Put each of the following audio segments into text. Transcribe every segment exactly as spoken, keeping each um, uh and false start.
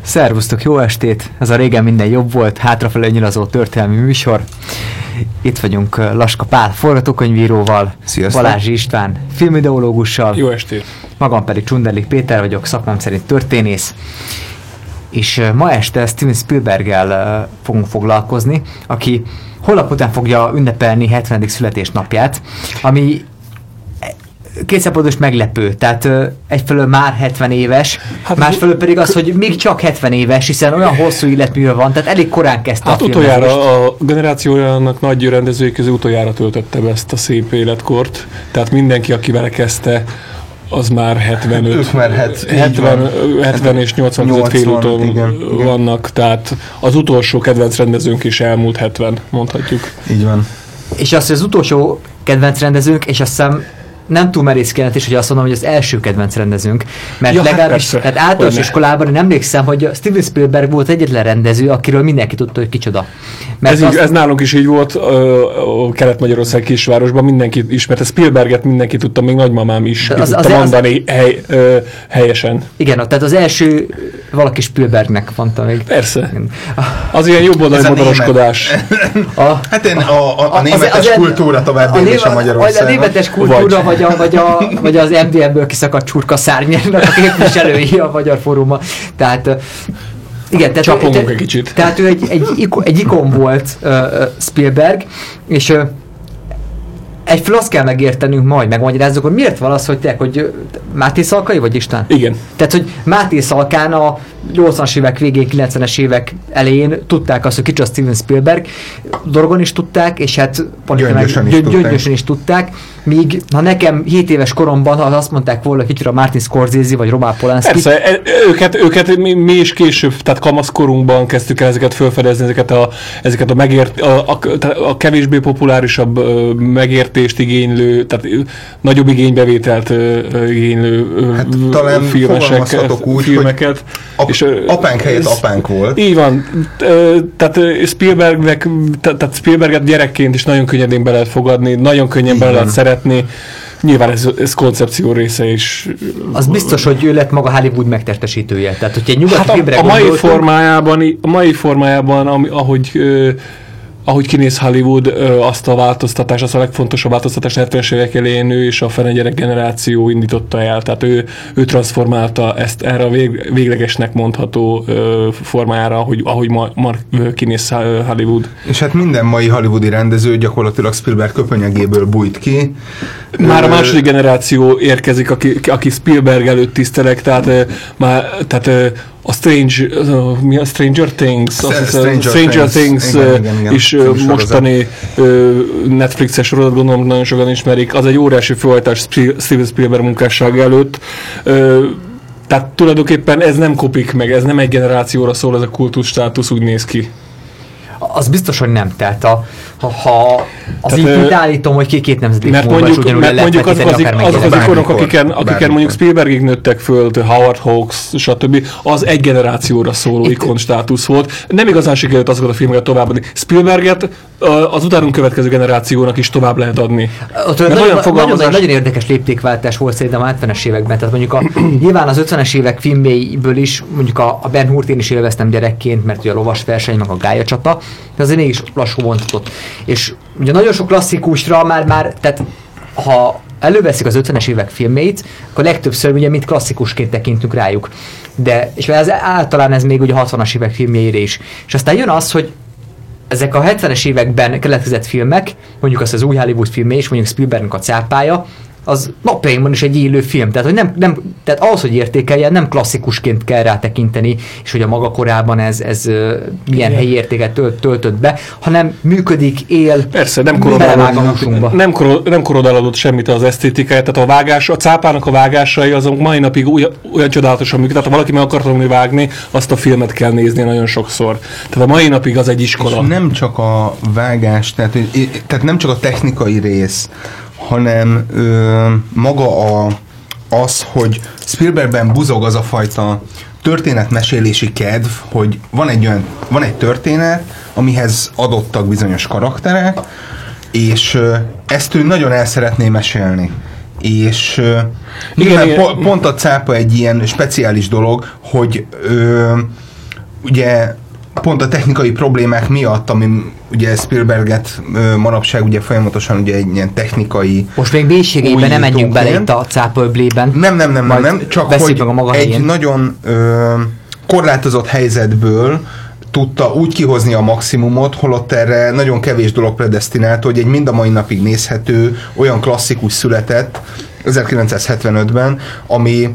Szervusztok, jó estét! Ez a Régen minden jobb volt, hátrafelé nyilazó történelmi műsor. Itt vagyunk Laska Pál forgatókönyvíróval, Sziasztok. Balázs István filmideológussal. Jó estét! Magam pedig Csunderlik Péter vagyok, szakmám szerint történész. És ma este Steven Spielberggel fogunk foglalkozni, aki holnap után fogja ünnepelni hetvenedik születésnapját, ami két szempontból is meglepő, tehát uh, egyfelől már hetven éves, hát másfelől pedig az, hogy még csak hetven éves, hiszen olyan hosszú életműve van, tehát elég korán kezdte hát a filmezést. utoljára a generációjának nagy rendezői közül utoljára töltötte be ezt a szép életkort, tehát mindenki, aki vele kezdte, az már hetvenöt, ők már het, hetven, hetven és nyolcvan között félúton igen, vannak, igen. Tehát az utolsó kedvenc rendezőnk is elmúlt hetven, mondhatjuk. Így van. És azt, hogy az utolsó kedvenc rendezőnk, és azt hiszem nem túl merész kijelentés, hogy azt mondom, hogy az első kedvenc rendezőnk. Mert ja, legalábbis, hát tehát általános iskolában én emlékszem, hogy Steven Spielberg volt egyetlen rendező, akiről mindenki tudta, hogy kicsoda. Mert ez, azt... így, ez nálunk is így volt, a Kelet-Magyarország kisvárosban mindenki ismerte. Spielberget mindenki tudta, még nagymamám is az, tudta az, mondani az... hely, ö, helyesen. Igen, tehát az első valaki Spielbergnek mondta még. Persze. Az ilyen jobboldali modoroskodás. A, hát én a, a, a németes az, az, kultúra tovább élése Magyarországon. A németes kultúra, vagy, a, vagy, a, vagy az em dé em-ből kiszakadt csurka szárnyának a képviselői a Magyar Fórumon. Tehát igen, tehát, csapongunk te, egy kicsit. Tehát ő egy, egy, ikon, egy ikon volt uh, Spielberg, és uh, egyfél azt kell megértenünk majd, megmagyarázzuk, hogy miért van az, hogy te, hogy Máté Szalkai vagy István? Igen. Tehát, hogy Máté Szalkán a nyolcvanas évek végén, kilencvenes évek elején tudták azt, hogy kicsi a Steven Spielberg, Dorgon is tudták, és hát gyöngyösen is, gyö- gyöngyösen is tudták, míg ha nekem hét éves koromban, ha azt mondták volna, hogy kicsit a Martin Scorsese vagy Roman Polanski. Persze, őket, őket mi, mi is később, tehát kamaszkorunkban kezdtük el ezeket felfedezni, ezeket a, ezeket a, megért, a, a, a kevésbé populárisabb megértést igénylő, tehát nagyobb igénybevételt igénylő hát, talán filmesek, úgy, filmeket. Ap- és apánk helyett apánk volt. Így van. Tehát Spielbergnek, tehát Spielberget gyerekként is nagyon könnyedén be lehet fogadni, nagyon könnyen be lehet szeretni. Nyilván ez, ez koncepció része is. Az biztos, hogy ő lett maga Hollywood megtestesítője. Tehát, hogyha egy nyugati hát filmre a, a mai gondoltunk, formájában, a mai formájában, ami, ahogy ö, ahogy kinéz Hollywood, ö, azt a változtatást, azt a legfontosabb változtatást hetvenes évek elején ő és a fene gyerek generáció indította el. Tehát ő, ő transformálta ezt erre a vég, véglegesnek mondható ö, formára, hogy, ahogy ma, ma kinéz Hollywood. És hát minden mai hollywoodi rendező gyakorlatilag Spielberg köpönyegéből bújt ki. Már a második generáció érkezik, aki, aki Spielberg előtt tisztelek, tehát, ö, már, tehát ö, a Strange, uh, mi a Stranger Things, Stranger, Stranger, Stranger Things, Things igen, igen, igen. is uh, mostani uh, Netflixes sorozat, gondolom nagyon sokan ismerik, az egy óriási fölhajtás Steven Spielberg munkásság előtt. Uh, tehát tulajdonképpen ez nem kopik meg, ez nem egy generációra szól, ez a kultusz státusz úgy néz ki. Az biztos, hogy nem. Tehát a, ha, ha az így állítom, hogy ki két nemzedék mert múlva mondjuk, ugyanúgy mert mondjuk azok az, az, az, az ikonok, akiken, akiken mondjuk Spielbergig nőttek föl, Howard Hawks, stb. Az egy generációra szóló itt ikon státusz volt. Nem igazán sikerült azokat a filmeket továbbadni. Spielberget az utánunk következő generációnak is tovább lehet adni. Ott nagyon, olyan fogalmazás... nagyon, nagyon érdekes léptékváltás volt szerintem a hetvenes években. Tehát mondjuk a, nyilván az ötvenes évek filmjeiből is, mondjuk a, a Ben Hurt én is élveztem gyerekként, mert ugye a lovas verseny, meg a gályacsata, de azért mégis lassú vontatott. És ugye nagyon sok klasszikusra már, már tehát ha előveszik az ötvenes évek filmjeit, akkor legtöbbször ugye mint klasszikusként tekintünk rájuk. De, és ez általán ez még ugye a hatvanas évek filmjeire is. És aztán jön az, hogy ezek a hetvenes években keletkezett filmek, mondjuk az az új Hollywood filmje és mondjuk Spielbergnek a Cápája, az napjainkban is egy élő film. Tehát, hogy nem, nem, tehát ahhoz, hogy értékeljen, nem klasszikusként kell rá tekinteni, és hogy a maga korában ez, ez uh, milyen helyi értéket tölt, töltött be, hanem működik, él. Persze, nem korodalodott, nem, nem korodalodott semmit az esztétikáját, tehát a vágás, a Cápának a vágásai azok mai napig olyan, olyan csodálatosan működik, tehát ha valaki meg akar tanulni vágni, azt a filmet kell nézni nagyon sokszor. Tehát a mai napig az egy iskola. És nem csak a vágás, tehát, tehát nem csak a technikai rész, hanem ö, maga a, az, hogy Spielbergben buzog az a fajta történetmesélési kedv, hogy van egy olyan, van egy történet, amihez adottak bizonyos karakterek, és ö, ezt ő nagyon el szeretné mesélni. És ö, igen, igen. Po- pont a Cápa egy ilyen speciális dolog, hogy ö, ugye pont a technikai problémák miatt, ami ugye Spielberget ö, manapság ugye folyamatosan ugye egy ilyen technikai... Most még mélységeiben nem menjünk bele itt a cápölblében. Nem, nem, nem, nem, nem, csak hogy egy helyén. Nagyon ö, korlátozott helyzetből tudta úgy kihozni a maximumot, holott erre nagyon kevés dolog predesztinált, hogy egy mind a mai napig nézhető olyan klasszikus született ezerkilencszázhetvenötben, ami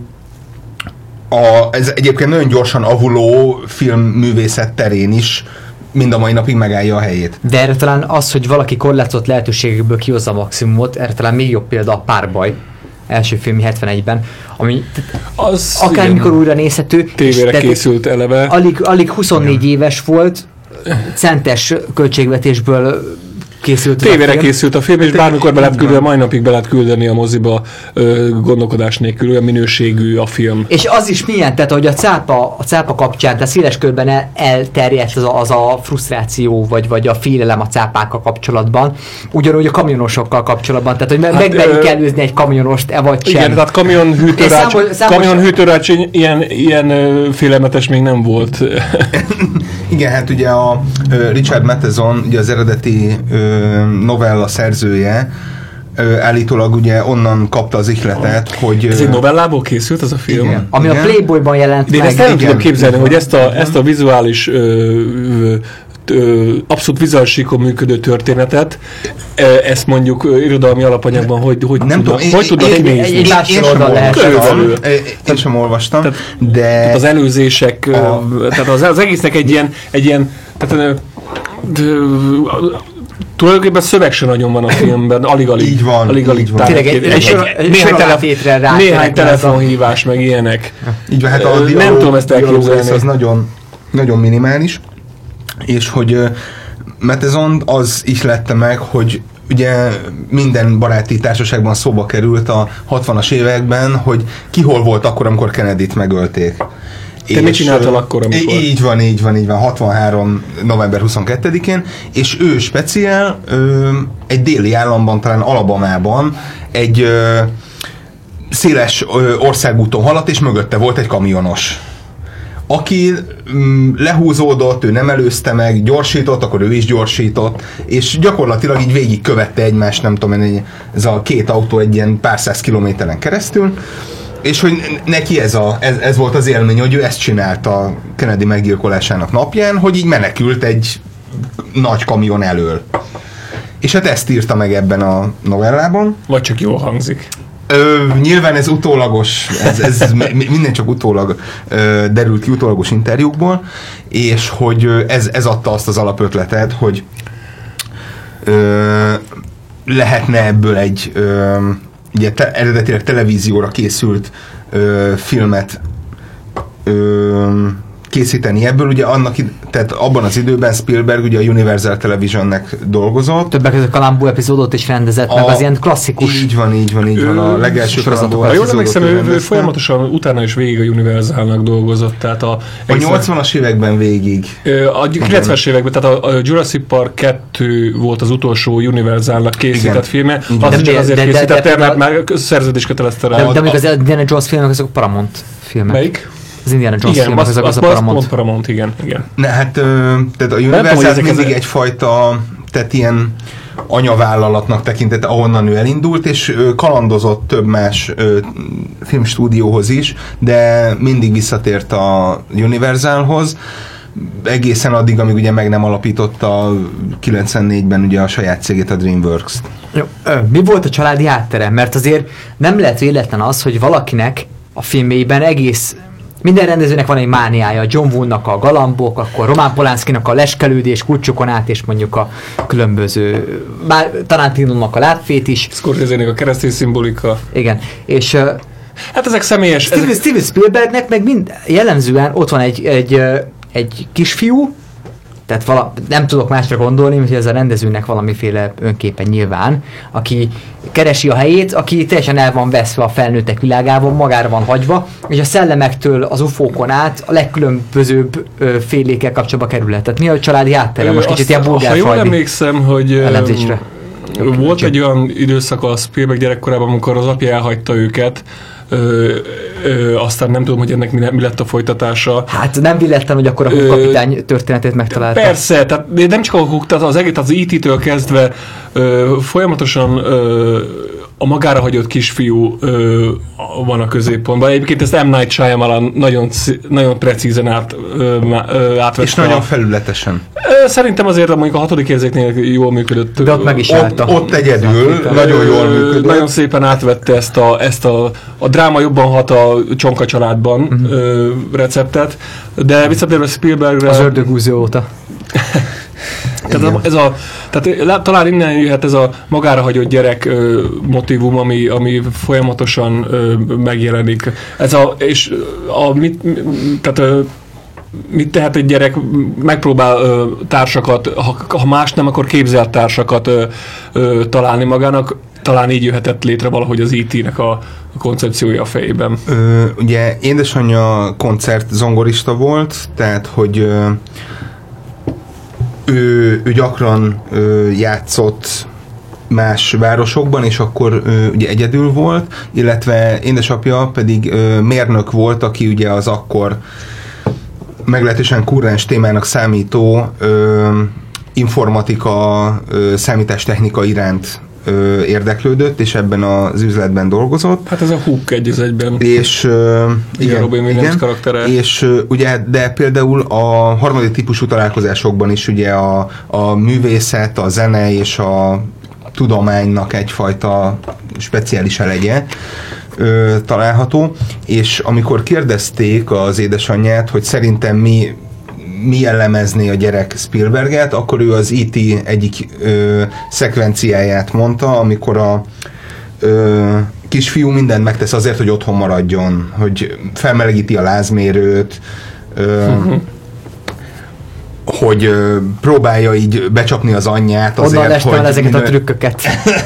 a, ez egyébként nagyon gyorsan avuló filmművészet terén is mind a mai napig megállja a helyét. De erre talán az, hogy valaki korlátozott lehetőségekből kihozza a maximumot, erre talán még jobb példa a Párbaj első film hetvenegyben, ami az akármikor újra nézhető. Tévére készült eleve. Alig, alig huszonnégy igen. éves volt, centes költségvetésből készült. Tévére a készült a film, és bármikor be lehet küldeni, mai napig be lehet küldeni a moziba ö, gondolkodás nélkül, olyan minőségű a film. És az is milyen, tehát hogy a cápa, a cápa kapcsán, tehát széles körben el, elterjedt az a, az a frusztráció, vagy, vagy a félelem a cápákkal kapcsolatban, ugyanúgy a kamionosokkal kapcsolatban, tehát hogy hát, megmerjük előzni egy kamionost-e vagy sem. Igen, tehát kamionhűtőrács, számos, számos... kamionhűtőrács ilyen, ilyen ö, félelmetes még nem volt. Igen, hát ugye a Richard Matheson, ugye az eredeti ö, novella szerzője, ö, állítólag ugye onnan kapta az ihletet, hogy... Ez egy novellából készült az a film? Igen, ami igen. a Playboyban jelent de meg. Én ezt nem tudom képzelni, hogy ezt a, ezt a vizuális ö, ö, ö, abszolút vizuálisíkon működő történetet, ezt mondjuk irodalmi alapanyagban hogy, hogy nem tudna, tudom, hogy tudna kinézni? Én, én, én sem olvastam, én sem olvastam, tehát, de... Tehát az előzések, a... tehát az, az egésznek egy ilyen, egy ilyen tehát, de, tulajdonképpen szöveg sem nagyon van a filmben, alig-alig. Így van, alig, alig így van. Tényleg egy, egy, egy, egy néhány, telef- néhány telefonhívás, meg ilyenek. Így van, hát a nem dialóg, tudom ezt elképzelni. Az nagyon, nagyon minimális, és hogy Matheson az ihlette meg, hogy ugye minden baráti társaságban szóba került a hatvanas években, hogy ki hol volt akkor, amikor Kennedyt megölték. Te mit csináltál akkor, amikor? Így van, így van, így van, hatvanhárom november huszonkettedikén, és ő speciál ö, egy déli államban, talán Alabamában egy ö, széles ö, országúton haladt, és mögötte volt egy kamionos, aki mm, lehúzódott, ő nem előzte meg, gyorsított, akkor ő is gyorsított, és gyakorlatilag így végig követte egymást, nem tudom én, ez a két autó egy ilyen pár száz kilométeren keresztül, és hogy neki ez, a, ez, ez volt az élmény, hogy ő ezt csinálta Kennedy meggyilkolásának napján, hogy így menekült egy nagy kamion elől. És hát ezt írta meg ebben a novellában. Vagy csak jól hangzik. Ö, nyilván ez utólagos, ez, ez minden csak utólag ö, derült ki utólagos interjúkból, és hogy ez, ez adta azt az alapötletet, hogy ö, lehetne ebből egy ö, ugye te, eredetileg televízióra készült ö, filmet ö, készíteni ebből, ugye annak, tehát abban az időben Spielberg ugye a Universal Televisionnek dolgozott. Többek között Columbo epizódot is rendezett, a, meg az ilyen klasszikus... Így van, így van, így van, a legelső Columbo epizódot. Jól emlékszem, ő, ő folyamatosan utána is végig a Universalnak dolgozott, tehát a... A nyolcvanas években végig. A kilencvenes években, tehát a Jurassic Park kettő volt az utolsó Universalnak készített filme, azt csak azért készítette, mert már szerződés kötelezte rá. De még az Indiana Jones filmek, azok Paramount filmek. Melyik? Az Indiana Jones igen, filmek, az, azok az, az a Paramount. Az Paramount, igen, igen. Ne, hát, ö, tehát a Universal mindig ezek... egyfajta, tehát ilyen anyavállalatnak tekintette, ahonnan ő elindult, és ö, kalandozott több más ö, filmstúdióhoz is, de mindig visszatért a Universalhoz, egészen addig, amíg ugye meg nem alapította kilencvennégyben ugye a saját cégét, a DreamWorks-t. Jó, ö, mi volt a családi háttere? Mert azért nem lehet véletlen az, hogy valakinek a filmjében egész, minden rendezőnek van egy mániája, John Woo-nak a galambok, akkor Roman Polanskinak a leskelődés kulcsokon át, és mondjuk a különböző, Tarantinónak a lábfét is. Scorsese-nek a keresztény szimbolika. Igen, és uh, hát ezek személyes... Steven, ezek... Steven Spielbergnek meg mind, jellemzően ott van egy, egy, egy kisfiú, tehát vala, nem tudok másra gondolni, hogy ez a rendezőnek valamiféle önképe nyilván, aki keresi a helyét, aki teljesen el van veszve a felnőttek világában, magára van hagyva, és a szellemektől az ufókon át a legkülönbözőbb ö, félékkel kapcsolatba kerülhet. Tehát mi a családi háttere? Most kicsit ilyen bulgárfajdi. Ha jól emlékszem, hogy elemzésre. Volt egy olyan időszak a Spielberg gyerekkorában, amikor az apja elhagyta őket, Ö, ö, aztán nem tudom, hogy ennek mi, mi lett a folytatása. Hát nem villettem, hogy akkor a Hook kapitány történetét megtalálta. Persze, tehát nem csak a Hook, tehát az egész, az í té-től kezdve ö, folyamatosan ö, a magára hagyott kisfiú ö, van a középpontban. Egyébként ezt M. Night Shyamalan nagyon, nagyon precízen át, ö, ö, átvette. És nagyon felületesen. Ö, szerintem azért mondjuk a hatodik érzéknél jól működött. De ott meg is állta. Ott, ott egyedül nagyon jól működött. Nagyon szépen átvette ezt a, ezt a, a dráma jobban hat a Csonka családban uh-huh. ö, receptet, de visszatérve Spielbergre... Az ördögúzó óta. Tehát ez a, tehát talán innen jöhet ez a magára hagyott gyerek ö, motivum, ami, ami folyamatosan ö, megjelenik. Ez a, és a, mit, tehát ö, mit tehet egy gyerek? Megpróbál ö, társakat, ha, ha más nem, akkor képzelt társakat ö, ö, találni magának. Talán így jöhetett létre valahogy az í té-nek a, a koncepciója a fejében. Ö, ugye édesanyja koncert zongorista volt, tehát hogy ö, Ő, ő gyakran ö, játszott más városokban, és akkor ö, ugye egyedül volt, illetve édesapja pedig ö, mérnök volt, aki ugye az akkor meglehetősen kurrens témának számító ö, informatika, ö, számítástechnika iránt ö, érdeklődött, és ebben az üzletben dolgozott. Hát ez a Hook egy az egyben. És ö, igen, Robin Williams karaktere. És ö, ugye, de például a harmadik típusú találkozásokban is ugye a, a művészet, a zene és a tudománynak egyfajta speciális elegye ö, található, és amikor kérdezték az édesanyját, hogy szerintem mi mi jellemezné a gyerek Spielberget, akkor ő az í té egyik ö, szekvenciáját mondta, amikor a ö, kisfiú mindent megtesz azért, hogy otthon maradjon, hogy felmelegíti a lázmérőt, ö, uh-huh. hogy ö, próbálja így becsapni az anyját azért, onnan lestem hogy... ezeket minden... a trükköket.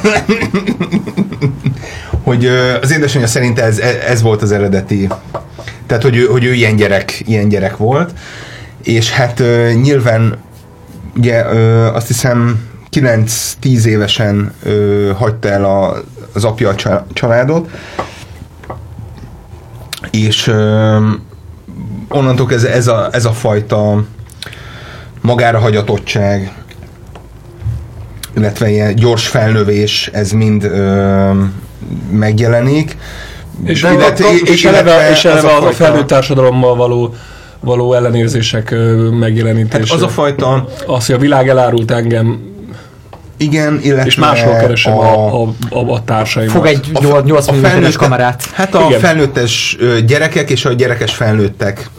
hogy ö, az édesanyja szerint ez, ez volt az eredeti, tehát hogy ő, hogy ő ilyen gyerek, ilyen gyerek volt. És hát ö, nyilván ugye ö, azt hiszem kilenc-tíz évesen ö, hagyta el a, az apja a családot, és ö, onnantól ez, ez, a, ez a fajta magára hagyatottság, illetve ilyen gyors felnövés, ez mind ö, megjelenik. És, illetve, a, és eleve, és eleve a, a felnőtt társadalommal való való ellenérzések megjelenítése. Hát az a fajta... Az, hogy a világ elárult engem. Igen, illetve... És máshol keresem a, a, a, a társaimat. Fog egy nyolc milliméteres kamerát. Hát a igen. felnőttes gyerekek és a gyerekes felnőttek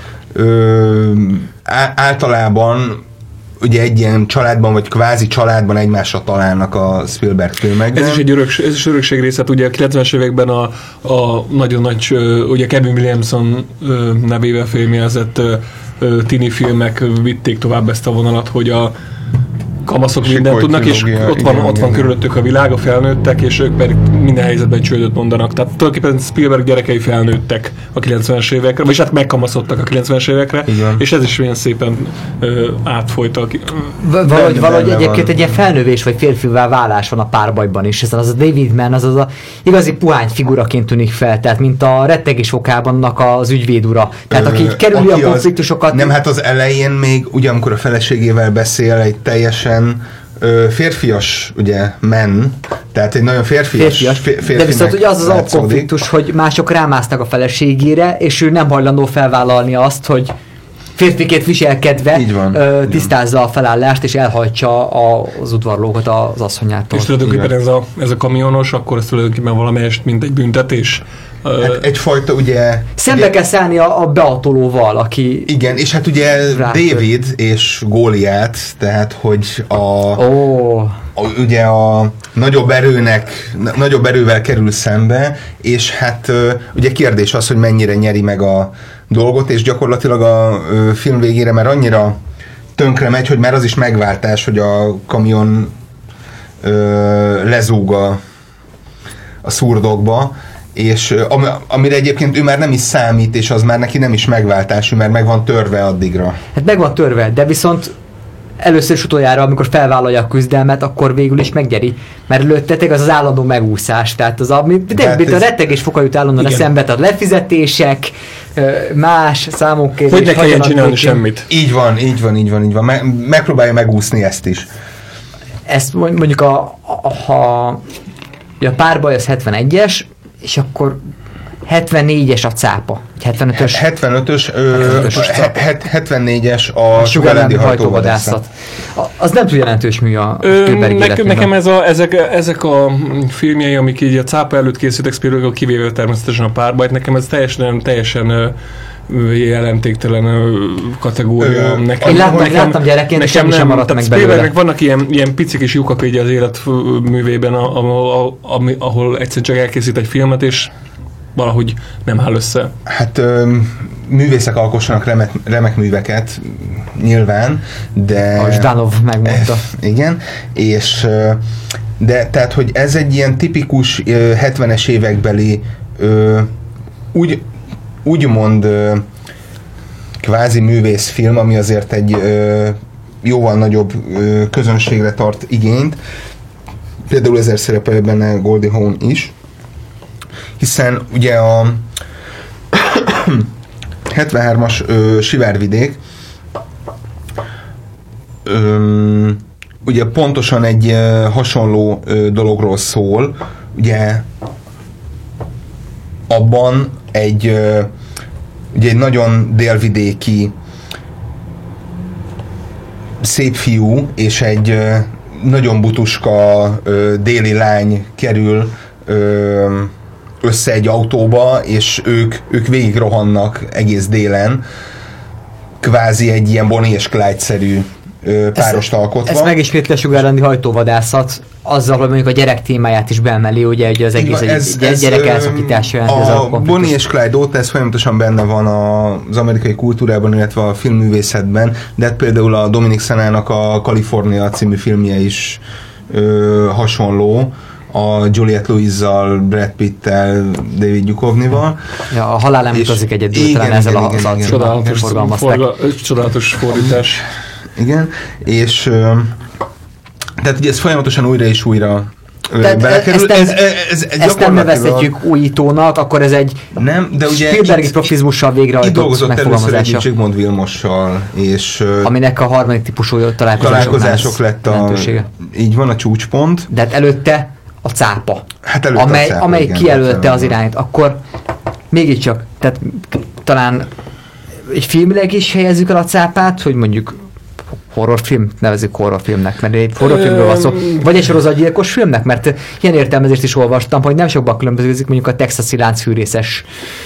ö, általában ugye egy ilyen családban, vagy kvázi családban egymásra találnak a Spielberg filmekben. Ez is egy örökség, ez is örökség része. Hát ugye a kilencvenes években a, a nagyon nagy, ugye Kevin Williamson nevével filmjelzett tini filmek vitték tovább ezt a vonalat, hogy a kamaszok mindent tudnak, és ott van, igen, ott van körülöttük a világ, a felnőttek, és ők pedig minden helyzetben csődöt mondanak. Tehát tulajdonképpen Spielberg gyerekei felnőttek a kilencvenes évekre, vagy hát megkamaszodtak a kilencvenes évekre, igen. És ez is olyan szépen ö, átfolytak. Valahogy, valahogy egyébként egy ilyen felnövés, vagy férfivá válás van a párbajban is. Ez az a David Mann, az az a igazi puhány figuraként tűnik fel, tehát mint a Rettegés okában az ügyvédura. Tehát aki így kerüli a konfliktusokat. Nem, hát az elején még, ugye amikor a feleségével beszél, egy teljesen Ö, férfias, ugye, men, tehát egy nagyon férfias, férfias. Férfi de viszont ugye az az alapkonfliktus, hogy mások rámásznak a feleségére, és ő nem hajlandó felvállalni azt, hogy férfiként viselkedve ö, tisztázza a felállást, és elhajtsa a, az udvarlókat az asszonyától. És tulajdonképpen ez a, ez a kamionos, akkor ez tulajdonképpen valamelyest, mint egy büntetés. Hát egyfajta ugye... Szembe ugye, kell szállni a, a beatolóval, aki... Igen, és hát ugye rátör. David és Góliát, tehát hogy a, oh. a... ugye a nagyobb erőnek, nagyobb erővel kerül szembe, és hát ugye kérdés az, hogy mennyire nyeri meg a dolgot, és gyakorlatilag a film végére már annyira tönkre megy, hogy már az is megváltás, hogy a kamion ö, lezúg a, a szurdokba, és amire egyébként ő már nem is számít, és az már neki nem is megváltás, ő már meg van törve addigra. Hát meg van törve, de viszont először is utoljára, amikor felvállalja a küzdelmet, akkor végül is meggyeri. Mert előttetek az az állandó megúszás. Tehát az, ami de, a rettegés foka jut állandóan eszembe, tehát lefizetések, más számokkérés. Hogy ne kelljen csinálni semmit. Így van, így van, így van, így van. Me- megpróbálja megúszni ezt is. Ezt mondjuk a, a, a, a párbaj az hetvenegyes, és akkor hetvennégyes a cápa. hetvenötös. hetvenötös, hetvennégyes a, a sugárrendi hajtóvadászat. Az nem túl jelentős mű a Spielberg nekem, nekem ez a, ezek, ezek a filmjei, amik így a cápa előtt készültek Spielberg, kivéve természetesen a párbajt, nekem ez teljesen, teljesen jelentéktelen kategória. Ö, nekem, én láttam, nekem, láttam gyerekként, és semmi sem maradt meg belőle. Vannak ilyen, ilyen picik is lyukak így az életművében, a, a, a, a, ahol egyszerűen csak elkészít egy filmet, és valahogy nem áll össze. Hát ö, művészek alkossanak remek, remek műveket, nyilván, de... A Zsdanov megmondta. E, igen, és de tehát, hogy ez egy ilyen tipikus hetvenes évekbeli ö, úgy, úgymond ö, kvázi művészfilm, ami azért egy ö, jóval nagyobb ö, közönségre tart igényt. Például ezért szerepel benne Goldie Hawn is, hiszen ugye a hetvenhármas ö, Sivárvidék ö, ugye pontosan egy ö, hasonló ö, dologról szól. Ugye abban egy ö, ugye egy nagyon délvidéki szép fiú és egy ö, nagyon butuska ö, déli lány kerül ö, össze egy autóba, és ők, ők végig rohannak egész délen, kvázi egy ilyen Bonnie és Clyde-szerű ö, párost ezt, alkotva. Ezt megismétli a sugárrendi hajtóvadászat, azzal, hogy mondjuk a gyerek témáját is beemeli, ugye, ugye az egész ez, egy ez, gyerek elszakítása jelenti. A, a Bonnie és Clyde óta ez folyamatosan benne van az amerikai kultúrában, illetve a filmművészetben, de hát például a Dominic Senának a California című filmje is ö, hasonló, a Juliette Lewis-zal, Brad Pitt-tel, David Duchovny-val. Ja, a halál nem utazik egyedül, igen, talán igen, ezzel igen, a igen, igen, csodálatos, forga, csodálatos fordítás. Igen, és tehát ugye ez folyamatosan újra és újra belekerül. Ezt, ez, ez, ez ezt nem nevezhetjük újítónak, akkor ez egy nem, de ugye Spielbergi profizmussal végrehajtott megfogalmazása. Itt dolgozott először együtt Zsigmond Vilmossal, és aminek a harmadik típusú találkozások, találkozások lett a, így van a csúcspont. De hát előtte a cápa, hát amely, a cápa, amely igen, kijelölte az irányt, akkor mégiscsak, tehát talán egy filmileg is helyezzük el a cápát, hogy mondjuk horrorfilm, nevezzük horrorfilmnek, mert egy horrorfilmről van szó, vagy egy sorozatgyilkos filmnek, mert ilyen értelmezést is olvastam, hogy nem sokban különbözik mondjuk a texasi láncfűrészes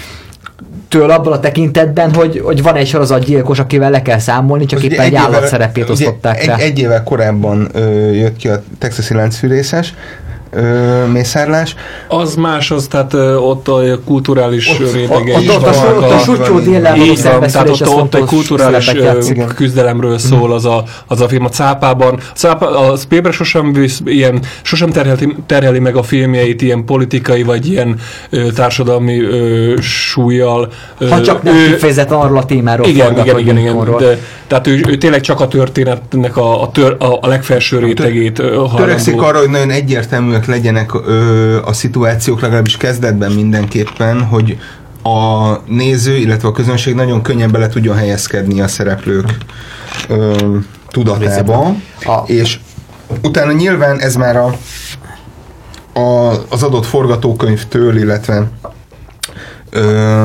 től abban a tekintetben, hogy, hogy van egy sorozatgyilkos, akivel le kell számolni, csak az éppen egy állat szerepét osztották rá. Egy, egy évvel korábban ö, jött ki a texasi láncfűrészes Ö, mészárlás. Az más, az, tehát ö, ott a kulturális ott, rétege ott, is ott, van. Ott a sutyó déllel való szembeszülés, ott, ott egy kulturális küzdelemről szól az a, az a film a cápában. A, cápa, a Spielberg sosem, visz, ilyen, sosem terheli, terheli meg a filmjeit ilyen politikai vagy ilyen ö, társadalmi ö, súlyjal. Ö, ha csak nem kifejezetten arról a témáról igen, forgat, igen, igen, igen, de, tehát ő, ő tényleg csak a történetnek a, a, tör, a, a legfelső rétegét hajlandó. Törekszik arra, hogy nagyon egyértelműek legyenek ö, a szituációk, legalábbis kezdetben mindenképpen, hogy a néző, illetve a közönség nagyon könnyen bele tudjon helyezkedni a szereplők ö, tudatába, a... és utána nyilván ez már a, a, az adott forgatókönyvtől, illetve ö,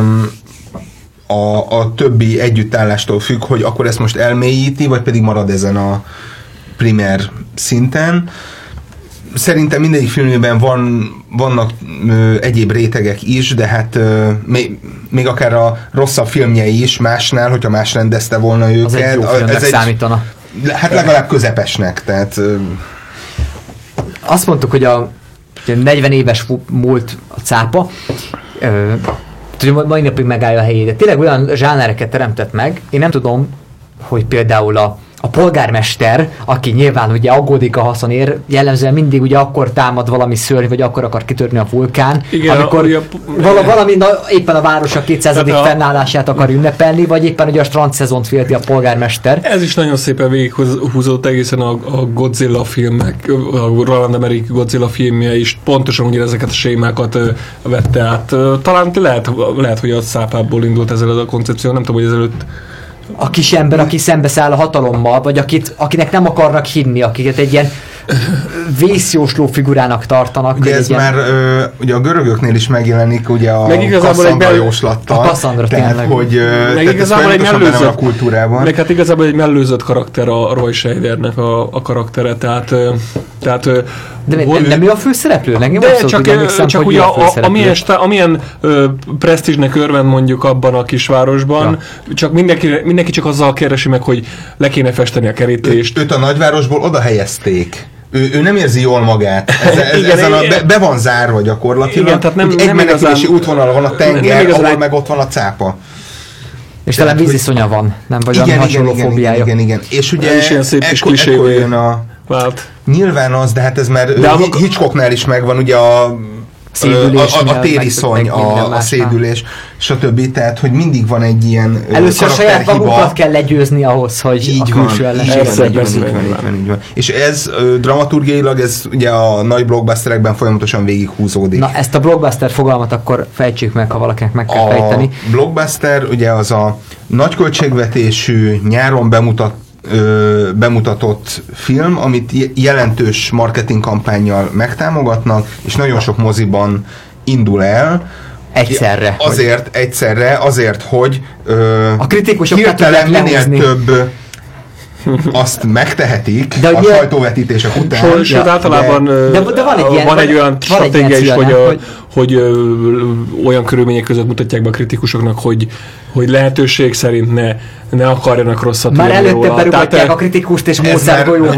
a, a többi együttállástól függ, hogy akkor ezt most elmélyíti, vagy pedig marad ezen a primer szinten. Szerintem mindegyik filmében van, vannak ö, egyéb rétegek is, de hát ö, még, még akár a rosszabb filmjei is másnál, hogyha más rendezte volna őket. Az egy jó filmnek egy, számítana. Hát legalább közepesnek, tehát... Ö, azt mondtuk, hogy a negyven éves múlt a cápa, ö, hogy mai napig megállja a helyét. De tényleg olyan zsánereket teremtett meg, én nem tudom, hogy például a a polgármester, aki nyilván ugye aggódik a haszonért, jellemzően mindig ugye akkor támad valami szörny, vagy akkor akar kitörni a vulkán, igen, amikor a, a, vala, valami na, éppen a város a kétszázadik a, fennállását akar ünnepelni, vagy éppen ugye a strandszezont félti a polgármester. Ez is nagyon szépen végighúzott egészen a, a Godzilla filmek, a Roland Emmerich Godzilla filmje is pontosan ugye ezeket a sémákat ö, vette át. Talán lehet, lehet, hogy a szápából indult ezzel a koncepció, nem tudom, hogy ezelőtt a kis ember, aki szembeszáll a hatalommal, vagy akit, akinek nem akarnak hinni, akiket egy ilyen vészjósló figurának tartanak. Ugye ez ilyen... már ö, ugye a görögöknél is megjelenik ugye a Kasszandra bel... jóslattal. A Kasszandra tényleg. Hogy, meg igazából egy mellőzött, a kultúrában. Meg hát igazából egy mellőzött karakter a Roy Scheidernek a, a karaktere, tehát, tehát de nem, nem ő a főszereplő? Nekem de abszolút, csak, ugye, emlékszem, csak ugye a, a, amilyen, amilyen ö, presztízsnek örvend mondjuk abban a kisvárosban, ja. csak mindenki, mindenki csak azzal keresi meg, hogy le kéne festeni a kerítést. Ő, őt a nagyvárosból oda helyezték. Ő, ő nem érzi jól magát. Ez, ez, igen, ezen a, be, be van zárva gyakorlatilag. Igen, tehát nem, egy nem menekülési igazán, útvonal van a tenger, ahol igazán, meg ott van a cápa. És talán víziszonya van, nem? Vagy igen, valami igen, hasonló igen, fóbiája. Igen, igen, igen. És ugye ez is ilyen szép kis ekkor jön a... Vált. Nyilván az, de hát ez már amikor... Hitchcocknál is megvan, ugye a a, a, a tériszony, a, a szédülés, stb. Tehát, hogy mindig van egy ilyen először saját magunkat kell legyőzni ahhoz, hogy így a külső ellenségben. És ez dramaturgiailag, ez ugye a nagy blockbusterekben folyamatosan végighúzódik. Na, ezt a blockbuster fogalmat akkor fejtsük meg, ha valakinek meg kell a fejteni. A blockbuster ugye az a nagyköltségvetésű, nyáron bemutat Ö, bemutatott film, amit jelentős marketing kampánnyal megtámogatnak, és nagyon sok moziban indul el. Egyszerre. Azért, hogy... egyszerre, azért, hogy ö, a kritikusok hirtelen minél több azt megtehetik de a ugye, sajtóvetítések után. Sőt, ja, általában de, de, de van egy, ilyen, van egy olyan stratégia is, hogy, a, hogy, hogy ö, olyan körülmények között mutatják be a kritikusoknak, hogy, hogy lehetőség szerint ne, ne akarjanak rosszat már előtte róla. Berúgatják a kritikust és Mozart golyóval.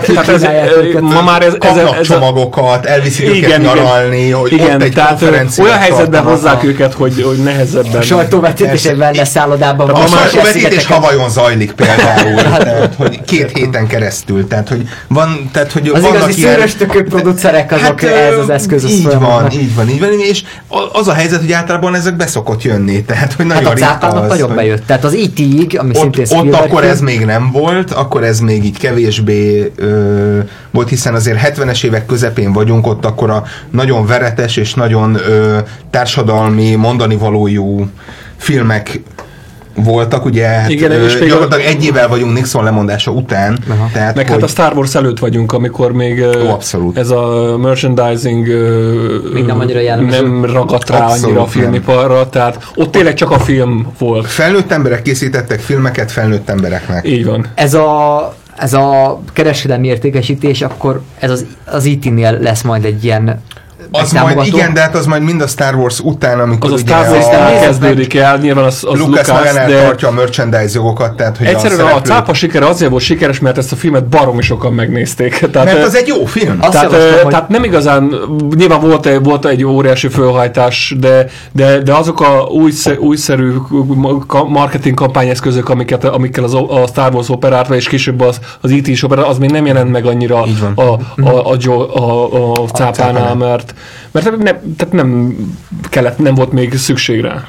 Ma már ez, ez, ez csomagokat, elviszik igen, őket nyaralni, hogy igen, ott egy konferenciát olyan helyzetben hozzák őket, hogy, hogy nehezebben. A sajtóvetítés egy wellness szállodában. A sajtóvetítés Havajon zajlik például, tehát, hogy két héten keresztül. Tehát, hogy van, tehát, hogy az igazi szőröstökő producerek azok ez az eszköz. Így van, így van, így van, és az a helyzet, hogy általában ezek beszokott jönni, tehát, hogy nagyon ritka az. Nagyon bejött, tehát az í té-ig, ami ott, szintén Spielberg. Ott akkor ez még nem volt, akkor ez még így kevésbé ö, volt, hiszen azért hetvenes évek közepén vagyunk, ott akkor a nagyon veretes és nagyon ö, társadalmi, mondani valójú filmek voltak, ugye, hát, igen, ö, gyakorlatilag egy évvel vagyunk Nixon lemondása után. Tehát, meg hogy... hát a Star Wars előtt vagyunk, amikor még Ó, abszolút. ez a merchandising még nem, nem ragadt rá abszolút annyira a filmiparra, tehát ott tényleg csak a film volt. Felnőtt emberek készítettek filmeket felnőtt embereknek. Így van. Ez a, ez a kereskedelmi értékesítés, akkor ez az, az í té-nél lesz majd egy ilyen az majd, igen, de hát az majd mind a Star Wars után, amikor az ugye a Star Wars után kezdődik el, nyilván az, az Lucas, Lucas nagyon eltartja a merchandise jogokat, tehát hogy egyszerűen a, szereplő... a cápa sikere azért volt sikeres, mert ezt a filmet baromi sokan megnézték. Tehát, mert az egy jó film. Tehát, javaslom, tehát nem igazán, nyilván volt, volt egy óriási fölhajtás, de, de, de azok a új, újszerű marketing kampányeszközök, amiket, amikkel az, a Star Wars operált, és később az, az í té is operált, az még nem jelent meg annyira a, a, a, a, a, a cápánál, mert Mert nem, tehát nem kellett, nem volt még szükség rá.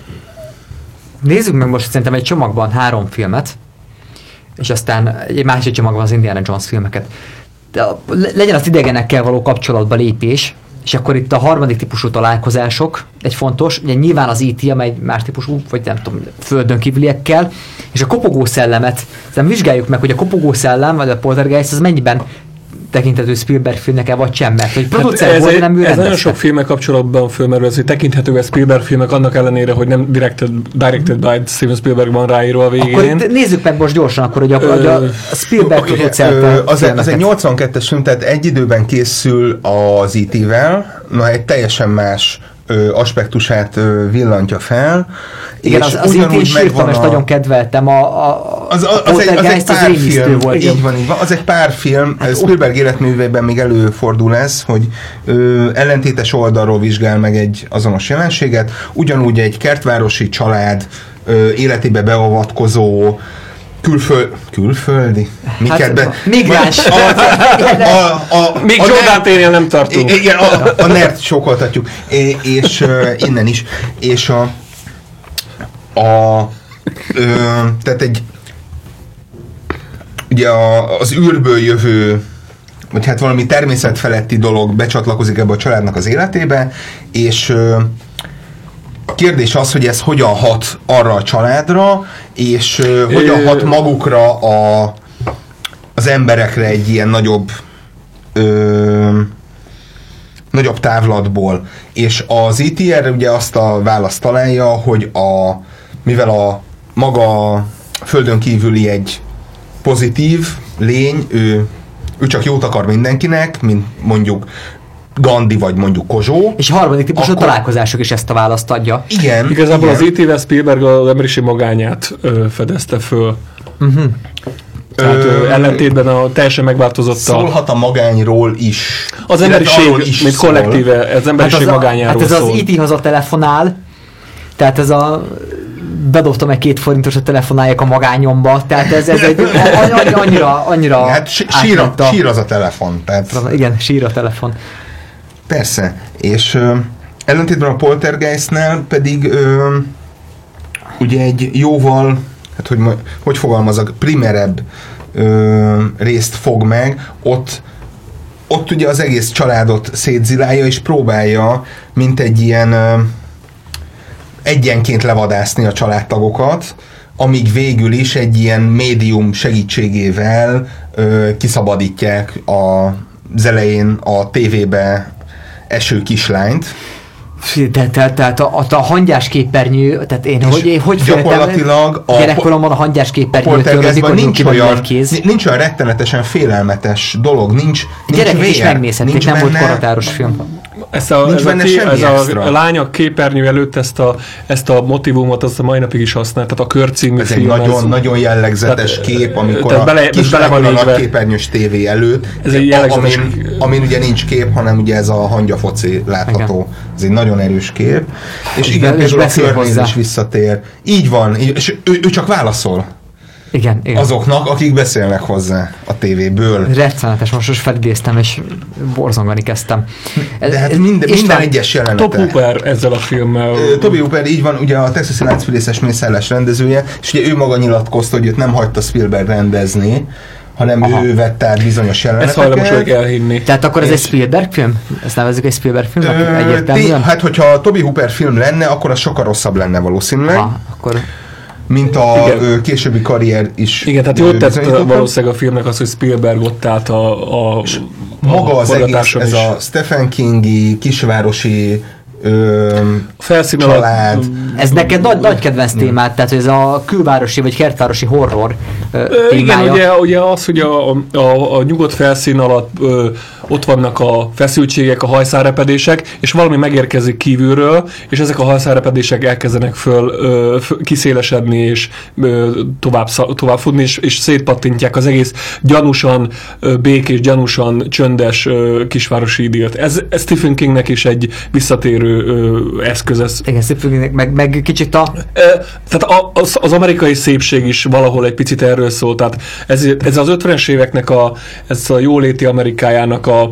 Nézzük meg most szerintem egy csomagban három filmet, és aztán egy másik csomagban az Indiana Jones filmeket. De legyen az idegenekkel való kapcsolatba lépés, és akkor itt a harmadik típusú találkozások egy fontos, ugye nyilván az í té, amely más típusú, vagy nem tudom, földön kívüliekkel, és a kopogó szellemet, szerintem vizsgáljuk meg, hogy a kopogó szellem, vagy a Poltergeist, az mennyiben tekinthető Spielberg filmnek-e, vagy sem, mert hogy producer hát volt, nem ő rendezte. Ez nagyon sok filmek kapcsolatban fölmerül, ez, hogy tekinthető ez Spielberg filmek, annak ellenére, hogy nem directed, directed by Steven Spielberg van ráírva a végén. Akkor nézzük meg most gyorsan, akkor, hogy a, ö, a Spielberg producer az, az egy nyolcvankettes film, tehát egy időben készül az í té-vel, na egy teljesen más ö, aspektusát ö, villantja fel. Igen, az, az í té is írtam, és a... nagyon kedveltem. A, a, az, az, az, egy, az egy párfilm volt. Így van, így van. Az egy párfilm. Hát, Spielberg életművében még előfordul ez, hogy ö, ellentétes oldalról vizsgál meg egy azonos jelenséget. Ugyanúgy egy kertvárosi család ö, életébe beavatkozó külföld, külföldi? Miket Hát, be? migráns. A, a, a, Még a Jordan térnél nem tartunk. Igen, a, a nert sokoltatjuk. É, és uh, innen is. És a, a ö, tehát egy ugye a, az űrből jövő, vagy hát valami természetfeletti dolog becsatlakozik ebbe a családnak az életébe, és ö, a kérdés az, hogy ez hogyan hat arra a családra, és ö, hogyan hat magukra a, az emberekre egy ilyen nagyobb ö, nagyobb távlatból. És az í té erre ugye azt a választ találja, hogy a, mivel a maga Földön kívüli egy pozitív lény, ő, ő csak jót akar mindenkinek, mint mondjuk Gandhi vagy mondjuk Kozsó. És a harmadik típusú akkor... találkozások is ezt a választ adja. Igen. Igazából igen. az í té-vel Spielberg az emberiség magányát ö, fedezte föl. Uh-huh. Tehát ö, ellentétben a teljesen megváltozott a... Szólhat a magányról is. Az emberiség, is mint szól. kollektíve, az emberiség hát az magányáról a, hát ez szól. az í té hazatelefonál, tehát ez a bedobtam egy két forintos a telefonáljak a magányomba, tehát ez, ez egy annyira, annyira hát sír, a, sír az a telefon. Tehát... Igen, sír a telefon. Persze, és ö, ellentétben a Poltergeistnél pedig ö, ugye egy jóval, hát hogy, hogy fogalmazok, primerebb ö, részt fog meg, ott ott ugye az egész családot szétzilálja, és próbálja, mint egy ilyen ö, egyenként levadászni a családtagokat, amíg végül is egy ilyen médium segítségével ö, kiszabadítják a, az elején a tévébe eső kislányt. De, tehát, tehát a, a, a hangyás képernyő, tehát én hogy, én, hogy gyakorlatilag a gyerekkoromban a hangyás képernyőtől, amikor nincs olyan, nincs olyan rettenetesen félelmetes dolog, nincs, nincs gyerekek vér, is megnézhették, nem volt korotáros film. Ezt a, ez a, ez a, a lányok képernyő előtt ezt a, ezt a motivumot azt a mai napig is használ, tehát a Kör című ez film. egy nagyon, ez, nagyon jellegzetes tehát, kép, amikor a bele, kislány van a nagy képernyős tévé előtt, ez egy jellegzetes... amin, amin ugye nincs kép, hanem ugye ez a hangyafoci látható. Igen. Ez egy nagyon erős kép. És, és igen, például a Körnél is visszatér. Így van, és ő, ő csak válaszol. Igen, igen. Azoknak, akik beszélnek hozzá a tévéből. Rettenetes, most most felidéztem, és borzongani kezdtem. De hát minden, minden egyes jelenete. Top Hooper ezzel a filmmel. Toby Hooper, így van, ugye a Texasi Láncfűrészes mészállás rendezője, és ugye ő maga nyilatkozta, hogy őt nem hagyta Spielberg rendezni, hanem Aha. ő vett át bizonyos jeleneteket. Ezt hajlamos vagyok elhinni. Tehát akkor ez egy Spielberg film? Ezt nevezzük egy Spielberg filmnek? Egyértelműen? Hát, hogyha Toby Hooper film lenne, akkor az sokkal rosszabb lenne valószínűleg. Aha, akkor... mint a igen. későbbi karrier is. Igen, tehát jót tett valószínűleg a filmnek az, hogy Spielberg ott állt a, a, maga a az egész, ez is. A Stephen Kingi, kisvárosi ö, család. Ez neked nagy, nagy kedvenc témád, tehát ez a külvárosi vagy kertvárosi horror ö, témája. Igen, ugye, ugye az, hogy a, a, a nyugodt felszín alatt ö, ott vannak a feszültségek, a hajszárepedések, és valami megérkezik kívülről, és ezek a hajszárepedések elkezdenek föl ö, f, kiszélesedni, és ö, tovább, tovább futni, és, és szétpattintják az egész gyanúsan ö, békés, gyanúsan csöndes ö, kisvárosi idilt. Ez, ez Stephen Kingnek is egy visszatérő ö, eszköz. Ez. Igen, Stephen Kingnek, meg, meg kicsit a... Ö, tehát a, az, az amerikai szépség is valahol egy picit erről szól, tehát ez, ez az ötvenes éveknek a, ez a jóléti Amerikájának a A,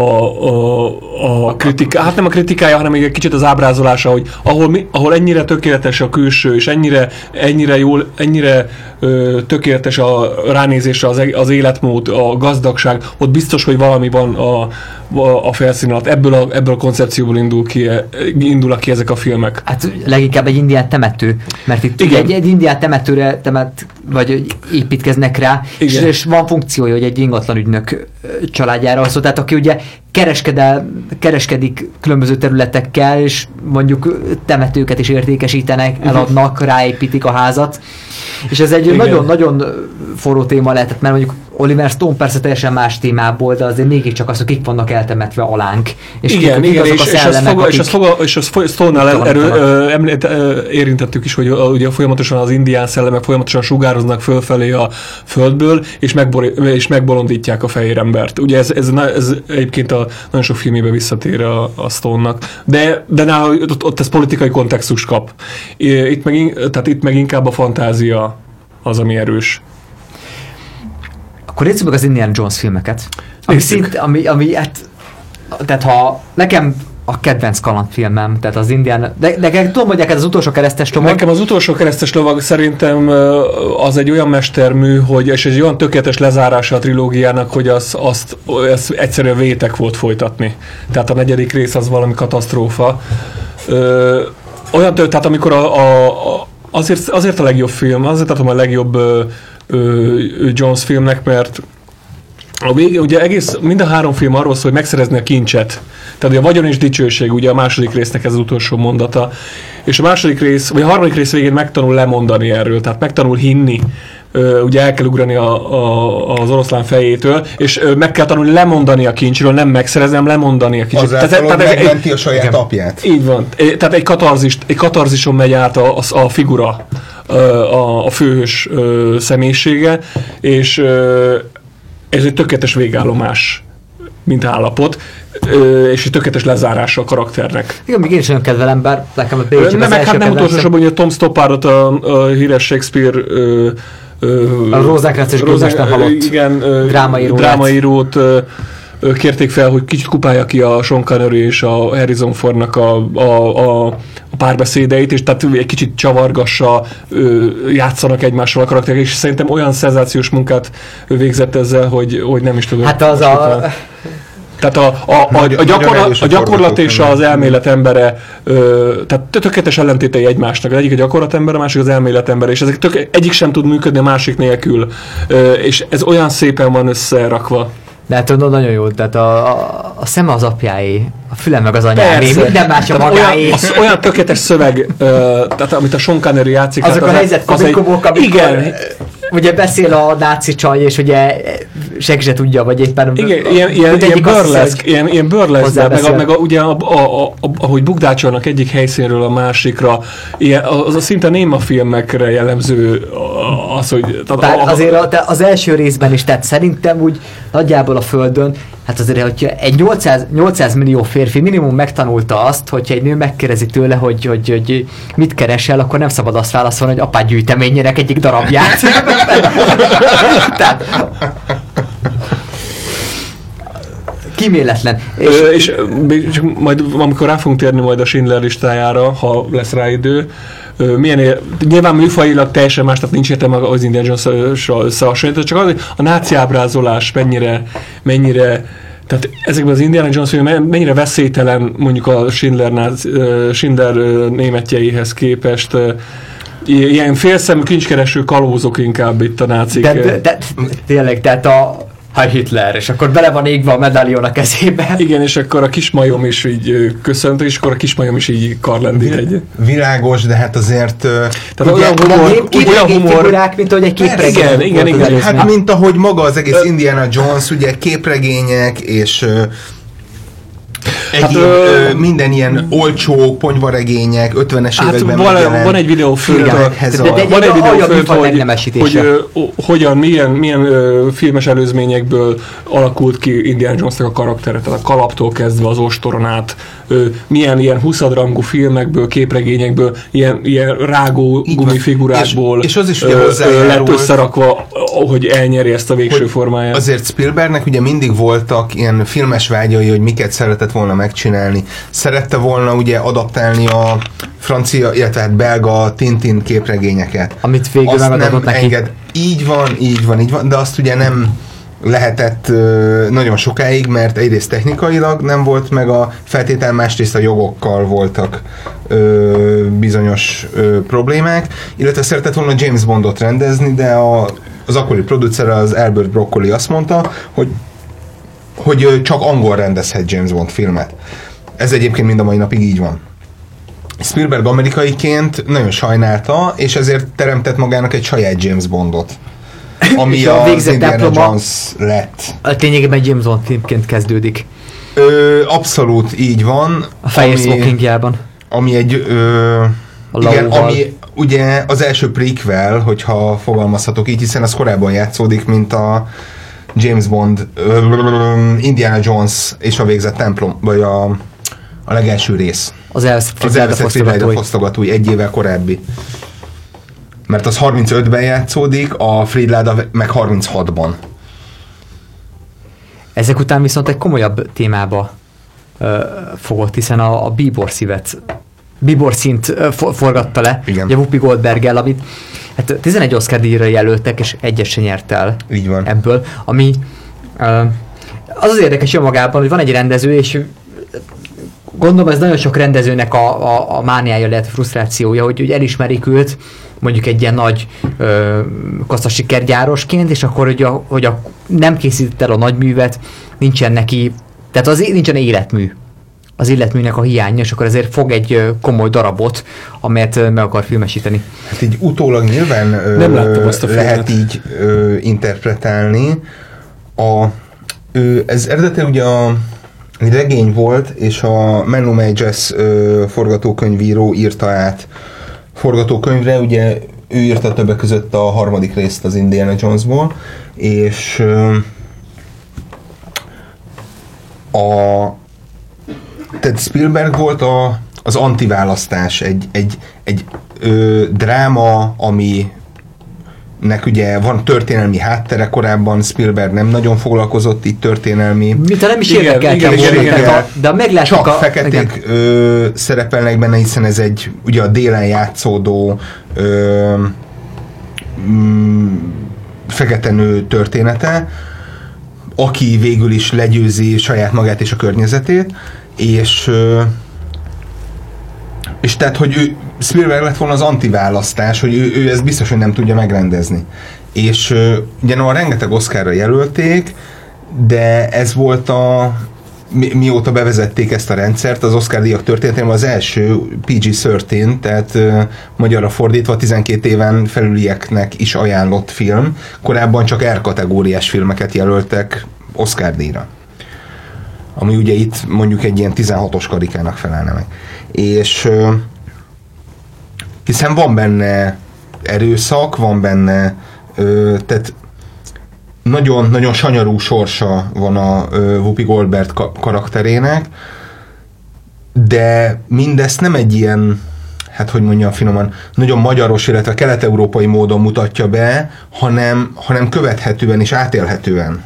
a, a kritika, hát nem a kritikája, hanem még egy kicsit az ábrázolása, hogy ahol, mi, ahol ennyire tökéletes a külső, és ennyire, ennyire jól, ennyire ö, tökéletes a ránézésre az, az életmód, a gazdagság, ott biztos, hogy valami van a, a, a felszín alatt. Ebből a, ebből a koncepcióból indul ki, indulnak ki ezek a filmek. Hát leginkább egy indián temető, mert itt egy, egy indián temetőre temet, vagy építkeznek rá, és, és van funkciója, hogy egy ingatlan ügynök családjára szól, tehát aki ugye kereskedel, kereskedik különböző területekkel, és mondjuk temetőket is értékesítenek, eladnak, ráépítik a házat. És ez egy nagyon-nagyon forró téma lehetett, mert mondjuk Oliver Stone persze teljesen más témából, de azért mégiscsak az, hogy kik vannak eltemetve alánk. És igen, kik, igen, kik és, és, az foga, és, az foga, és az Stone-nál erő, említ, érintettük is, hogy ugye folyamatosan az indián szellemek folyamatosan sugároznak fölfelé a földből, és, megbor, és megbolondítják a fehér embert. Ugye ez, ez, ez egyébként a nagyon sok filmében visszatér a, a Stone-nak. De, de nála ott, ott ez politikai kontextus kap. Itt meg, tehát itt meg inkább a fantázia az, ami erős. Akkor nézzük meg az Indiana Jones filmeket. Ami, szint, ami, ami hát, tehát ha nekem a kedvenc kalandfilmem, tehát az Indiana, de, de tudom, hogy az utolsó keresztes lovag. Nekem az utolsó keresztes lovag szerintem az egy olyan mestermű, hogy, és egy olyan tökéletes lezárása a trilógiának, hogy az, azt, azt egyszerűen vétek volt folytatni. Tehát a negyedik rész az valami katasztrófa. Ö, olyan, tehát amikor a, a, a, azért, azért a legjobb film, azért tartom a legjobb ö, ö, Jones filmnek, mert a vége, ugye egész, mind a három film arról szól, hogy megszerezni a kincset. Tehát a vagyon és dicsőség, ugye a második résznek ez az utolsó mondata. És a második rész, vagy a harmadik rész végén megtanul lemondani erről, tehát megtanul hinni. Ö, ugye el kell ugrani a, a, az oroszlán fejétől, és ö, meg kell tanulni lemondani a kincsről, nem megszerezni, hanem lemondani a kincsről. Azáltal, tehát, tehát megmenti a saját igen. apját. Így van. Tehát egy, katarzis, egy katarzison megy át a, a, a figura, a, a főhős ö, személyisége, és ö, ez egy tökéletes végállomás, mint állapot, és egy tökéletes lezárása a karakternek. Igen, még én is nagyon kedvelem, bár nekem a Bécs nem, meg hát nem utolsó sorban, hogy a Tom Stoppardot, a, a híres Shakespeare ö, ö, a Rózsákrác és Gőzmesten halott igen, drámaírót, drámaírót ö, ö, kérték fel, hogy kicsit kupálja ki a Sean Connery és a Harrison Fordnak a, a, a, a párbeszédeit, és tehát egy kicsit csavargassa, ö, játszanak egymással a karakterek, és szerintem olyan szenzációs munkát végzett ezzel, hogy, hogy nem is tudom. Hát az a... Tehát a, a, a, a, gyakorlat, a gyakorlat és az elmélet embere, ö, tehát tökéletes ellentétei egymásnak. Az egyik a gyakorlat ember, a másik az elmélet ember, és ezek tök, egyik sem tud működni a másik nélkül. Ö, és ez olyan szépen van összerakva. De hát nagyon jó, tehát a, a, a szeme az apjáé, a füle meg az anyáé, minden más a magáé. Olyan, az, olyan tökéletes szöveg, ö, tehát amit a Sean Connery játszik. Azok hát a helyzetkomikobok, amikor igen. ugye beszél a náci csaj, és ugye senki se tudja, vagy éppen... Igen, ilyen, ilyen, ilyen burleszk, ilyen, ilyen burleszk, meg, a, meg a, ugye a, a, a, a, ahogy bugdácsolnak egyik helyszínről a másikra, ilyen, az a szinte néma filmekre jellemző az, hogy... Tehát a, azért a, az első részben is, tehát szerintem úgy nagyjából a Földön, hát azért, hogyha egy nyolcszáz, nyolcszáz millió férfi minimum megtanulta azt, hogyha egy nő megkérdezi tőle, hogy, hogy, hogy mit keresel, akkor nem szabad azt válaszolni, hogy apád gyűjteményének egyik darabját. Tehát, kíméletlen. És, és, és majd amikor rá fogunk térni majd a Schindler listájára, ha lesz rá idő, milyen ér, nyilván műfajilag teljesen más, tehát nincs értelme az Indiana Jones-sal összehasonlítani, csak az, hogy a náci ábrázolás mennyire, mennyire tehát ezekben az Indiana Jones filmben mennyire veszélytelen mondjuk a Schindler, náci, Schindler németjeihez képest, ilyen félszemű kincskereső kalózok inkább itt a nácik. De, de, de tényleg, tehát a Heil Hitler, és akkor bele van égve a medállion a kezébe. Igen, és akkor a kismajom is így köszönt, és akkor a kismajom is így karlendít egy. Világos, de hát azért... Tehát ugye, olyan humor, olyan humor figurák, mint ahogy egy képregény. Igen, igen, igen. Hát mint ahogy maga az egész Indiana Jones, ugye képregények, és... Egyéb, hát, ö, minden ilyen olcsó ponyvaregények, ötvenes hát években van, van egy videófilm, van egy videófilm, hogy, hogy ö, hogyan, milyen, milyen ö, filmes előzményekből alakult ki Indiana Jonesnak a karaktere, tehát a kalaptól kezdve az ostoron át, ö, milyen ilyen huszadrangú filmekből, képregényekből, ilyen, ilyen rágó gumifigurákból és, és az is ö, ö, lett összerakva, hogy elnyeri ezt a végső formáját. Azért Spielbergnek ugye mindig voltak ilyen filmes vágyai, hogy miket szeretett volna megcsinálni. Szerette volna ugye adaptálni a francia, illetve hát belga Tintin képregényeket. Amit végül megadott neki. Enged. Így van, így van, így van, de azt ugye nem lehetett ö, nagyon sokáig, mert egyrészt technikailag nem volt meg a feltétel, másrészt a jogokkal voltak ö, bizonyos ö, problémák, illetve szeretett volna James Bondot rendezni, de a, az akkori producer, az Albert Broccoli azt mondta, hogy hogy csak angol rendezhet James Bond filmet. Ez egyébként mind a mai napig így van. Spielberg amerikaiként nagyon sajnálta, és ezért teremtett magának egy saját James Bondot. Ami a, a Indiana Jones lett. A lényegében James Bond filmként kezdődik. Ö, abszolút így van. A fehér smokingjában. Ami egy... Ö, igen, ami ugye az első prequel, hogyha fogalmazhatok így, hiszen az korábban játszódik, mint a James Bond, uh, Indiana Jones és a végzett templom, vagy a, a legelső rész. Az elveszett Friday fosztogatói, egy évvel korábbi. Mert az harmincötben játszódik, a Fridláda meg harminchatban. Ezek után viszont egy komolyabb témába ö, fogott, hiszen a, a bíbor szívet, bíbor színt ö, for, forgatta le, Igen. ugye Whoopi Goldberggel, amit hát tizenegy Oscar díjra jelöltek, és egyet se nyert el Így van. ebből, ami ö, az az érdekes önmagában, hogy van egy rendező, és gondolom ez nagyon sok rendezőnek a, a, a mániája lehet, frusztrációja, hogy, hogy elismerik őt, mondjuk egy ilyen nagy ö, kassza sikergyárosként, és akkor, hogy, a, hogy a, nem készített el a nagy művet, nincsen neki, tehát az nincsen életmű. Az életműnek a hiánya, és akkor ezért fog egy ö, komoly darabot, amelyet ö, meg akar filmesíteni. Hát így utólag nyilván ö, Nem láttam azt a lehet filmet. így ö, interpretálni. A, ö, ez eredetileg ugye a egy regény volt, és a Manu Mages ö, forgatókönyvíró írta át forgatókönyvre, ugye ő írta többek között a harmadik részt az Indiana Jonesból, és ö, a tehát Spielberg volt a, az antiválasztás, egy, egy, egy ö, dráma, ami nek ugye van történelmi háttere, korábban Spielberg nem nagyon foglalkozott itt történelmi. Mint ha nem is Igen, érdekelte igen, volna, igen, tehát igen. a- de meglátjuk Csak a... feketék ö, szerepelnek benne, hiszen ez egy ugye a délen játszódó ö, mm, fekete nő története, aki végül is legyőzi saját magát és a környezetét, és ö, és tehát, hogy ő, Spielberg lett volna az antiválasztás, hogy ő, ő ezt biztos, hogy nem tudja megrendezni. És ö, ugye no, rengeteg Oscarra jelölték, de ez volt a mi, mióta bevezették ezt a rendszert, az Oscar-díjak történetében az első pé gé tizenhárom, tehát ö, magyarra fordítva tizenkét éven felülieknek is ajánlott film. Korábban csak R kategóriás filmeket jelöltek Oscar-díjra. Ami ugye itt mondjuk egy ilyen tizenhatos karikának felelne meg. És ö, hiszen van benne erőszak, van benne ö, tehát nagyon, nagyon sanyarú sorsa van a ö, Whoopi Goldberg ka- karakterének, de mindezt nem egy ilyen, hát hogy mondjam finoman, nagyon magyaros, illetve kelet-európai módon mutatja be, hanem, hanem követhetően és átélhetően.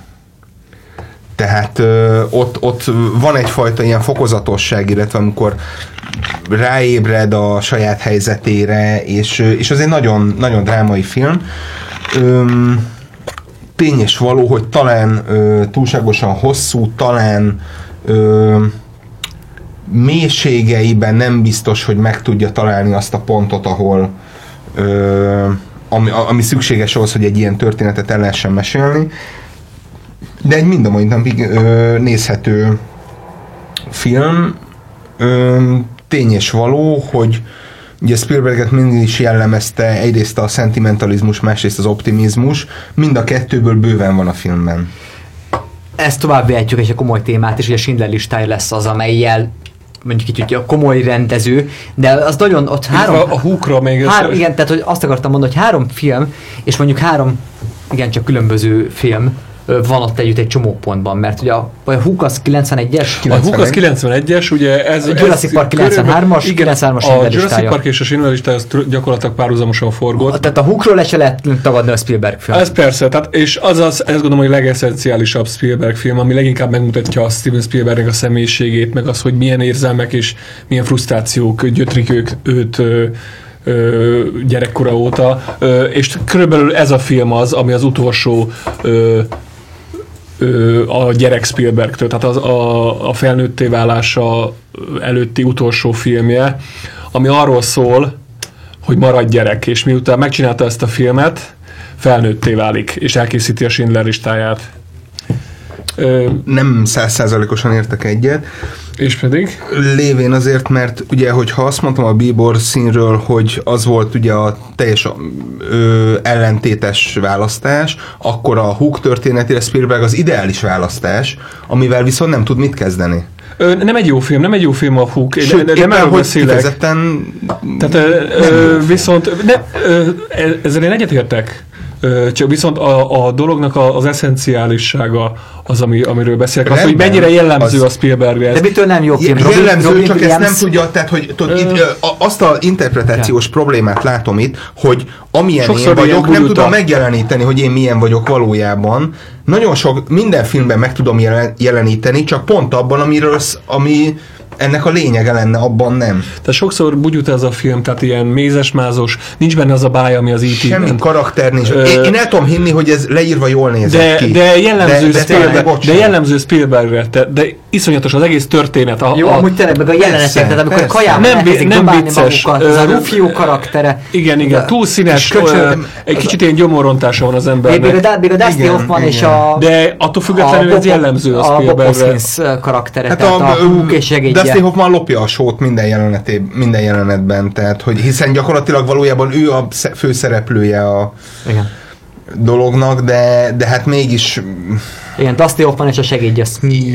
Tehát ö, ott, ott van egyfajta ilyen fokozatosság, illetve amikor ráébred a saját helyzetére, és, és az egy nagyon, nagyon drámai film. Öm, tény és való, hogy talán ö, túlságosan hosszú, talán ö, mélységeiben nem biztos, hogy meg tudja találni azt a pontot, ahol ö, ami, ami szükséges ahhoz, hogy egy ilyen történetet el lehessen mesélni. De egy mind a mai napig ö, nézhető film. Ö, tény és való, hogy ugye Spielberget mindig is jellemezte egyrészt a szentimentalizmus, másrészt az optimizmus. Mind a kettőből bőven van a filmben. Ezt tovább vihetjük egy komoly témát, és ugye a Schindler listája lesz az, amellyel mondjuk így, hogy a komoly rendező, de az nagyon, ott három... A, a húkra még... Három, igen, tehát hogy azt akartam mondani, hogy három film, és mondjuk három, igen, csak különböző film ö, van ott együtt egy csomó pontban, mert ugye a, a Hook az kilencvenegyes, A Hook az kilencvenegyes, ugye ez... A Jurassic ez Park kilencvenhármas, igen, kilencvenhármas a Schindler Jurassic listája. Park és a Schindler listája az gyakorlatilag párhuzamosan forgott. Tehát a Hookról le se lehet tagadni a Spielberg film. Ez persze, tehát, és az az, ezt gondolom, hogy legeszenciálisabb Spielberg film, ami leginkább megmutatja a Steven Spielbergnek a személyiségét, meg az, hogy milyen érzelmek és milyen frusztrációk gyötrik ők, őt ö, ö, gyerekkora óta. Ö, és körülbelül ez a film az, ami az utolsó ö, ö, a gyerek Spielbergtől, tehát az, a, a felnőtté válása előtti utolsó filmje, ami arról szól, hogy marad gyerek, és miután megcsinálta ezt a filmet, felnőtté válik, és elkészíti a Schindler listáját. Ö, Nem száz százalékosan értek egyet. és pedig? Lévén azért, mert ugye, hogyha azt mondtam a bíbor színről, hogy az volt ugye a teljes ö, ellentétes választás, akkor a Hook történetére Spielberg az ideális választás, amivel viszont nem tud mit kezdeni. Ö, nem egy jó film, nem egy jó film a Hook, Sőt, de, de nem éppen, erről hogy beszélek. kifejezetten Tehát ö, ö, viszont, de, ö, ezzel én egyetértek. Csak viszont a, a dolognak az eszenciálissága az, ami, amiről beszélek, az, hogy mennyire jellemző az... a Spielbergre. De mitől nem jó film? Jellemző, Robin csak Williams... ezt nem tudja, tehát hogy tudod, itt, azt a interpretációs problémát látom itt, hogy amilyen sokszor én vagyok, nem tudom megjeleníteni, hogy én milyen vagyok valójában. Nagyon sok, minden filmben meg tudom jeleníteni, csak pont abban, amiről, ami ennek a lényege lenne, abban nem. Tehát sokszor bugyut ez a film, tehát ilyen mézesmázos, nincs benne az a báj, ami az í té-ben. Semmi karakter nincs. Ö... Én, én el tudom hinni, hogy ez leírva jól nézett de, ki. De jellemző, de, Spielberg, de, de jellemző Spielbergre, de, de iszonyatos az egész történet. A, Jó, a, amúgy tényleg meg a jelenetek, tehát amikor a kajában nem, elkezdik nem dobálni vicces, magukat, ez a Rufio karaktere. Igen, igen, de, túl színes, köcsön, egy kicsit ilyen gyomorrontása van az embernek. Még a Dustin Hoffman és a... De attól függetlenül ez jellemző a Spielbergre. A Bob Hoskins karaktere, tehát a húk és segédje. Dustin Hoffman lopja a sót minden jelenetében, minden jelenetben, tehát hogy hiszen gyakorlatilag valójában ő a főszereplője a igen. dolognak, de, de hát mégis... Igen, Dustin Hoffman és a segédje,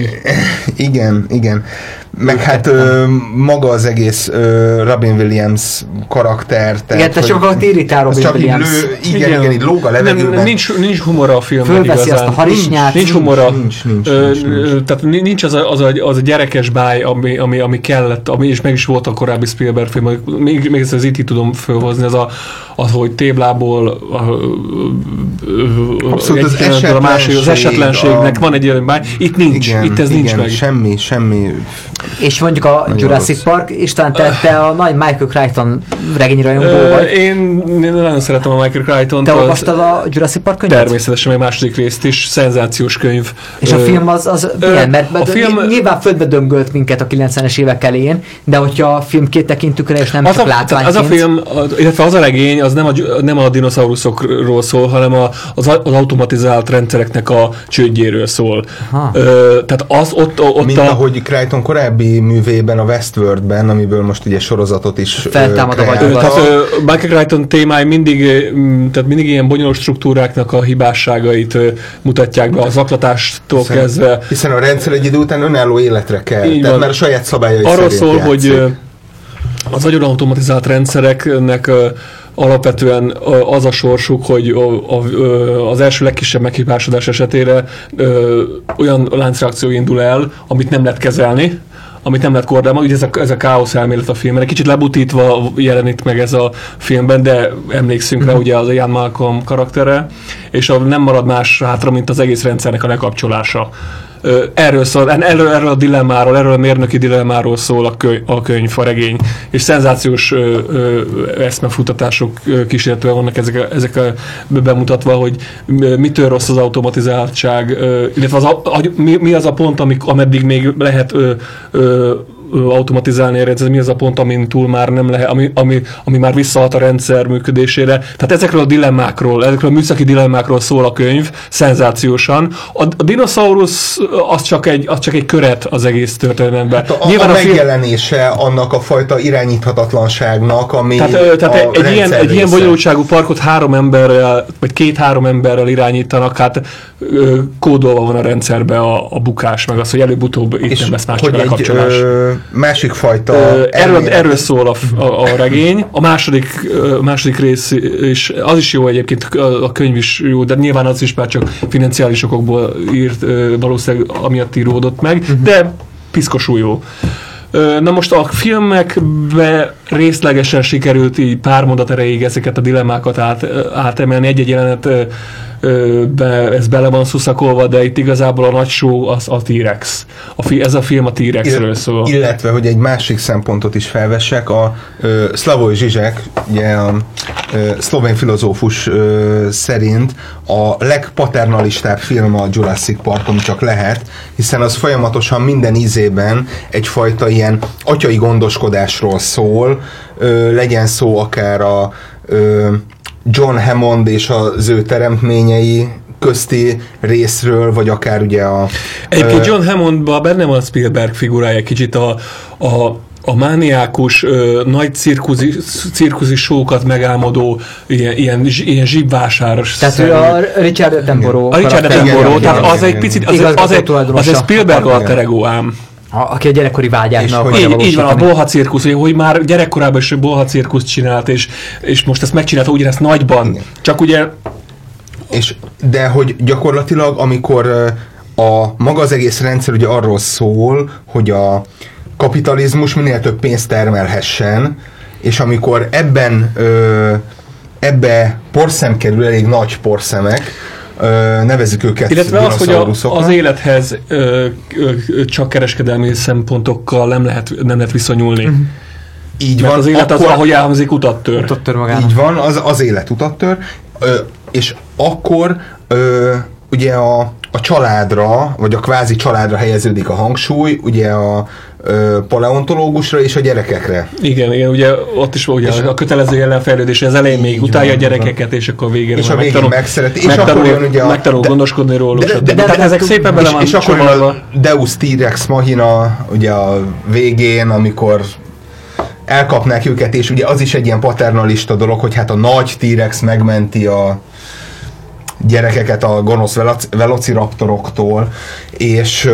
igen, igen. Meg hát ö, maga az egész ö, Robin Williams karakter. Tehát, igen, te sokat irritál Robin Williams. Lő, igen, igen, igen, így lóg a levegőben. Nem, nincs, nincs humora a filmben fölveszi igazán. Azt a harisnyát. Nincs, nincs humora. Nincs, nincs, ö, nincs, nincs. Tehát nincs az a, az a, az a gyerekes báj, ami, ami, ami kellett, ami, és meg is volt a korábbi Spielberg film. Még, még ezt az í té tudom fölhozni, az, a, az hogy téblából a, abszolút az, esetlenség, a másik, az esetlenségnek a... van egy ilyen báj. Itt nincs, igen, itt ez igen, nincs meg. Semmi, semmi. És mondjuk a nagyon Jurassic rossz. Park, István, te, te a nagy Michael Crichton regényrajongó vagy. Én, én nagyon szeretem a Michael Crichtont. Te olvastad a Jurassic Park könyvet? Természetesen, meg második részt is, szenzációs könyv. És a film az, az ö, milyen? Mert a film nyilván földbe döngölt minket a kilencvenes évek elején, de hogyha a film két tekintükre és nem az csak a, látványként. Az a film, illetve az a regény, az nem a, nem a dinoszauruszokról szól, hanem a, az, az automatizált rendszereknek a csődjéről szól. Ö, tehát az ott, ott mint a... ahogy Crichton korábbi művében, a Westworldben, amiből most ugye sorozatot is feltámad a vagyonban. Tehát uh, Michael Crichton témái mindig, tehát mindig ilyen bonyolult struktúráknak a hibásságait uh, mutatják be, az zaklatástól hiszen, kezdve. Hiszen a rendszer egy idő után önálló életre kell, így tehát van. már a saját szabályai arról szerint szól, játszik. hogy uh, az nagyon automatizált rendszereknek uh, alapvetően az a sorsuk, hogy a, a, az első legkisebb meghibásodás esetére ö, olyan láncreakció indul el, amit nem lehet kezelni, amit nem lehet koordinálni. Ugye ez a, ez a káosz elmélet a filmben. Egy kicsit lebutítva jelenik meg ez a filmben, de emlékszünk rá ugye az Ian Malcolm karaktere, és a, nem marad más hátra, mint az egész rendszernek a lekapcsolása. Erről szól, erről, erről a dilemmáról, erről a mérnöki dilemmáról szól a, könyv, a könyv, a regény, és szenzációs ö, ö, eszmefutatások kísérletően vannak ezek, a, ezek a bemutatva, hogy mitől rossz az automatizáltság, ö, illetve az a, a, mi, mi az a pont, amik, ameddig még lehet ö, ö, automatizálni a rendszer, mi az a pont, amin túl már nem lehet, ami, ami, ami már visszahat a rendszer működésére. Tehát ezekről a dilemmákról, ezekről a műszaki dilemmákról szól a könyv, szenzációsan. A, a dinoszaurusz az csak, egy, az csak egy köret az egész történetben. Hát a, a, a megjelenése annak a fajta irányíthatatlanságnak, ami tehát, tehát egy, ilyen, egy ilyen bonyolultságú parkot három emberrel, vagy két-három emberrel irányítanak, hát ö, kódolva van a rendszerbe a, a bukás, meg az, hogy előbb-utóbb itt nem lesz más csak kapcsolás. Másik fajta... Ö, erről, erről szól a, a, a regény. A második, a második rész is, az is jó egyébként, a könyv is jó, de nyilván az is már csak financiális okokból írt, valószínűleg amiatt íródott meg, uh-huh. de piszkosul jó. Na most a filmekbe részlegesen sikerült így pár mondat erejéig ezeket a dilemmákat át, átemelni, egy-egy jelenet be, ez bele van szuszakolva, de itt igazából a nagy show az a T-Rex. A fi, ez a film a T-Rexről szól. Illetve, hogy egy másik szempontot is felvessek, a uh, Slavoj Žižek, ugye a uh, szlovén filozófus uh, szerint a legpaternalistább film a Jurassic Park, ami csak lehet, hiszen az folyamatosan minden ízében egyfajta ilyen atyai gondoskodásról szól, uh, legyen szó akár a uh, John Hammond és az ő teremtményei közti részről, vagy akár ugye a... Egyébként John Hammondban benne van a Spielberg figurája, kicsit a, a a mániákus, ö, nagy cirkuzi, cirkuzi sókat megálmodó, ilyen, ilyen, ilyen zsibvásáros. Tehát ő a Richard Attenborough. A Richard Attenborough, tehát az egy picit, az, az, az, egy, az egy Spielberg alter ego ám. A, aki a gyerekkori vágyáknak akarja így, így van, a Bolha cirkusz, hogy, hogy már gyerekkorában is Bolha cirkuszt csinált, és, és most ezt megcsinálta ugyanezt nagyban. Igen. Csak ugye és, de hogy gyakorlatilag, amikor a maga az egész rendszer ugye arról szól, hogy a kapitalizmus minél több pénzt termelhessen, és amikor ebben ö, ebbe porszem kerül, elég nagy porszemek, ö, nevezzük őket illetve az, hogy a, az élethez ö, ö, csak kereskedelmi szempontokkal nem lehet, nem lehet viszonyulni. Uh-huh. Így Mert van. az élet akkor, az, ahogy elhangzik, utat tör. Utat tör magának. Így van, az, az élet utat tör, ö, és akkor ö, ugye a, a családra, vagy a kvázi családra helyeződik a hangsúly, ugye a ö, paleontológusra és a gyerekekre. Igen, igen, ugye ott is ugye a, a kötelező jelenfejlődés az elején még utálja a gyerekeket, és akkor végén és a végén megtanul, megszereti. És megtanul, akkor jön ugye a, megtanul de, gondoskodni róluk. De, de, de, de, tehát ezek szépen bele van és, és akkor csomalva. a Deus T-Rex Machina ugye a végén, amikor elkapnák őket, és ugye az is egy ilyen paternalista dolog, hogy hát a nagy T-Rex megmenti a gyerekeket a gonosz veloc- velociraptoroktól, és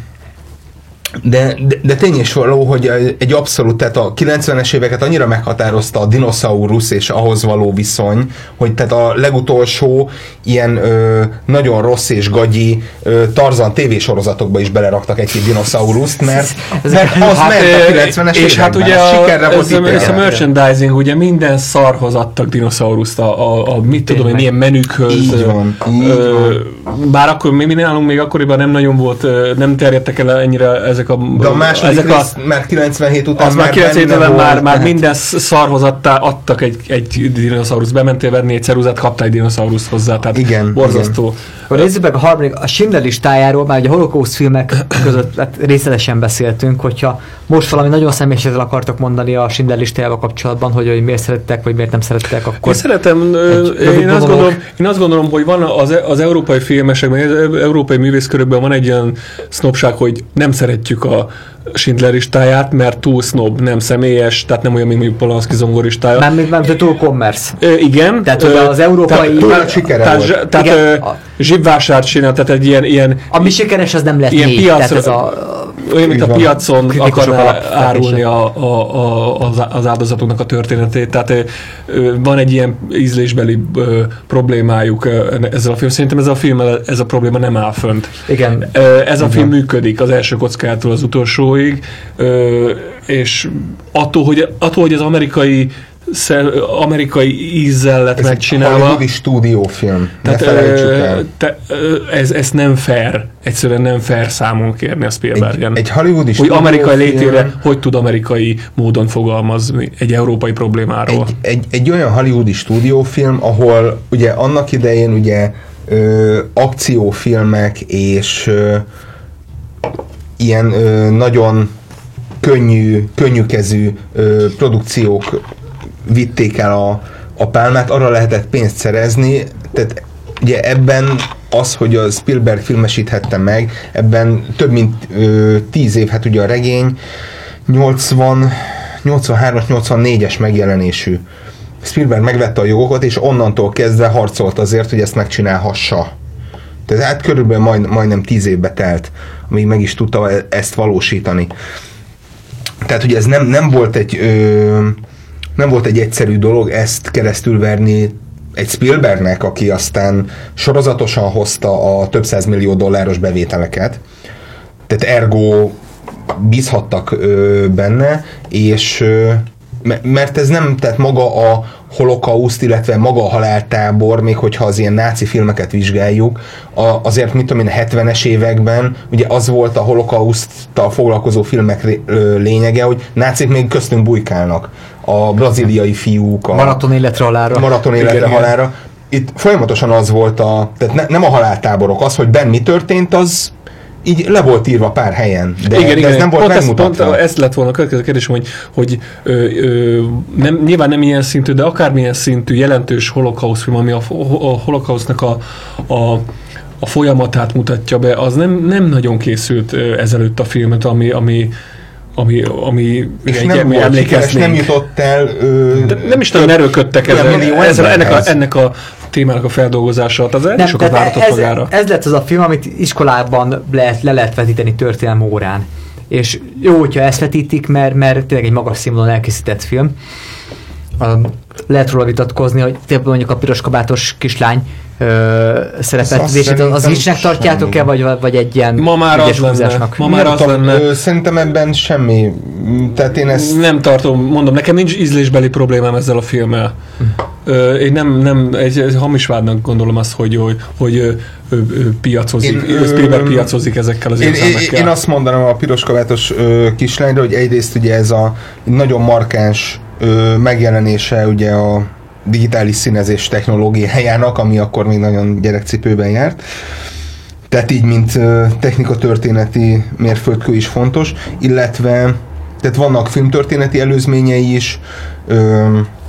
de, de, de tény is való, hogy egy abszolút, tehát a kilencvenes éveket annyira meghatározta a dinoszaurusz és ahhoz való viszony, hogy tehát a legutolsó ilyen ö, nagyon rossz és gagyi ö, Tarzan tévésorozatokba is beleraktak egy-két dinoszauruszт, mert, mert az hát, ment a kilencvenes és években. hát ugye a, ez, ez a merchandising, ugye minden szarhoz adtak dinoszauruszt, a, a, a mit tudom én, milyen menükhöz. Így van, így ö, van. Bár akkor mi nálunk még akkoriban nem nagyon volt, nem terjedtek el ennyire ezek a... De a második ezek rész, a, már kilencvenhét után az már kilencvenhét után már, már tehát... minden szarhoz adta, adtak egy, egy dinoszaurusz, bementél venni egy ceruzát, kaptál egy dinoszaurusz hozzá, tehát igen, borzasztó. Igen. Nézzük meg a harmadik, a Schindler listájáról, már ugye a holokauszt filmek között hát részletesen beszéltünk, hogyha most valami nagyon személyiséggel akartok mondani a Schindler listájával kapcsolatban, hogy, hogy miért szerettek, vagy miért nem szerettek, akkor... Én szeretem, én azt, gondolom, én azt gondolom, hogy van az, az európai filmesekben, az európai művészkörökben van egy olyan sznobság, hogy nem szeretjük a Schindler listáját, mert túl snob, nem személyes, tehát nem olyan, mint mondjuk Polanski zongoristája. Nem, mint, mint túl commerce. E, igen. Tehát e, az európai... Tehát sikere volt. Tehát zsibvásárt csinál, tehát egy ilyen... ilyen ami sikeres, az nem lett ilyen négy. Piacra, tehát ez a... olyan, mint a piacon akarná árulni a, a, a, a, az áldozatoknak a történetét. Tehát van egy ilyen ízlésbeli ö, problémájuk ö, ezzel a film. Szerintem ez a film, ez a probléma nem áll fönt. Igen. Ez a film működik az első kockától az utolsóig, ö, és attól, hogy, attól, hogy az amerikai Szel, amerikai ízzel lett ez megcsinálva. Ez egy hollywoodi stúdiófilm. Tehát, ne felejtsük el. Te, ez, ez nem fair. Egyszerűen nem fair számon kérni a Spielbergen. Egy, egy hollywoodi hogy amerikai létére hogy tud amerikai módon fogalmazni egy európai problémáról. Egy, egy, egy olyan hollywoodi stúdiófilm, ahol ugye annak idején ugye ö, akciófilmek és ö, ilyen ö, nagyon könnyű, könnyűkezű ö, produkciók vitték el a, a pálmát, arra lehetett pénzt szerezni, tehát ugye ebben az, hogy a Spielberg filmesíthette meg, ebben több mint ö, tíz év, hát ugye a regény nyolcvan, nyolcvanhármas nyolcvannégyes megjelenésű. Spielberg megvette a jogokat, és onnantól kezdve harcolt azért, hogy ezt megcsinálhassa. Tehát hát körülbelül majd, majdnem tíz évbe telt, amíg meg is tudta ezt valósítani. Tehát ugye ez nem, nem volt egy ö, nem volt egy egyszerű dolog ezt keresztülverni egy Spielbergnek, aki aztán sorozatosan hozta a több százmillió dolláros bevételeket. Tehát ergo bízhattak ö, benne, és ö, mert ez nem, tehát maga a holokauszt, illetve maga a haláltábor, még hogyha az ilyen náci filmeket vizsgáljuk, a, azért, mit tudom én, a hetvenes években, ugye az volt a holokauszttal foglalkozó filmek lényege, hogy nácik még köztünk bujkálnak. A braziliai fiúk, a maraton életre halára. Maraton életre halára. Itt folyamatosan az volt a, tehát ne, nem a haláltáborok, az, hogy benn mi történt, az így le volt írva pár helyen, de, igen, de igen, ez nem volt pont megmutatva. Ez, pont ez lett volna a következő kérdésem, hogy, hogy ö, ö, nem, nyilván nem ilyen szintű, de akármilyen szintű jelentős holokauszt film, ami a, a holokausztnak a, a, a folyamatát mutatja be, az nem, nem nagyon készült ezelőtt a filmet, ami, ami ami, ami és igen, nem volt sikeres, nem jutott el ö, nem is nagyon erőködtek ezzel, ezzel, ennek, a, ennek a témának a feldolgozása, az elég sokat váratott magára. Ez lett az a film, amit iskolában lehet, le lehet vetíteni történelmi órán. És jó, hogyha ezt vetítik, mert, mert tényleg egy magas színvonalon elkészített film. a, lehet róla vitatkozni, hogy tényleg mondjuk a piros kabátos kislány ö, szerepet vésít, az, az nincsnek tartjátok-e, vagy, vagy egy ilyen ma már az lenne. Ma már az lenne. Szerintem ebben semmi, tehát én ezt... Nem tartom, mondom, nekem nincs ízlésbeli problémám ezzel a filmmel. Ö, én nem, nem egy, egy hamis vádnak gondolom azt, hogy, hogy, hogy ö, ö, piacozik, Spielberg piacozik ezekkel az érzelmekkel. Én, én azt mondanám a piros kabátos ö, kislányra, hogy egyrészt ugye ez a nagyon markáns ö, megjelenése ugye a digitális színezés technológiájának, ami akkor még nagyon gyerekcipőben járt. Tehát így, mint ö, technikatörténeti mérföldkő is fontos, illetve tehát vannak filmtörténeti előzményei is, ö,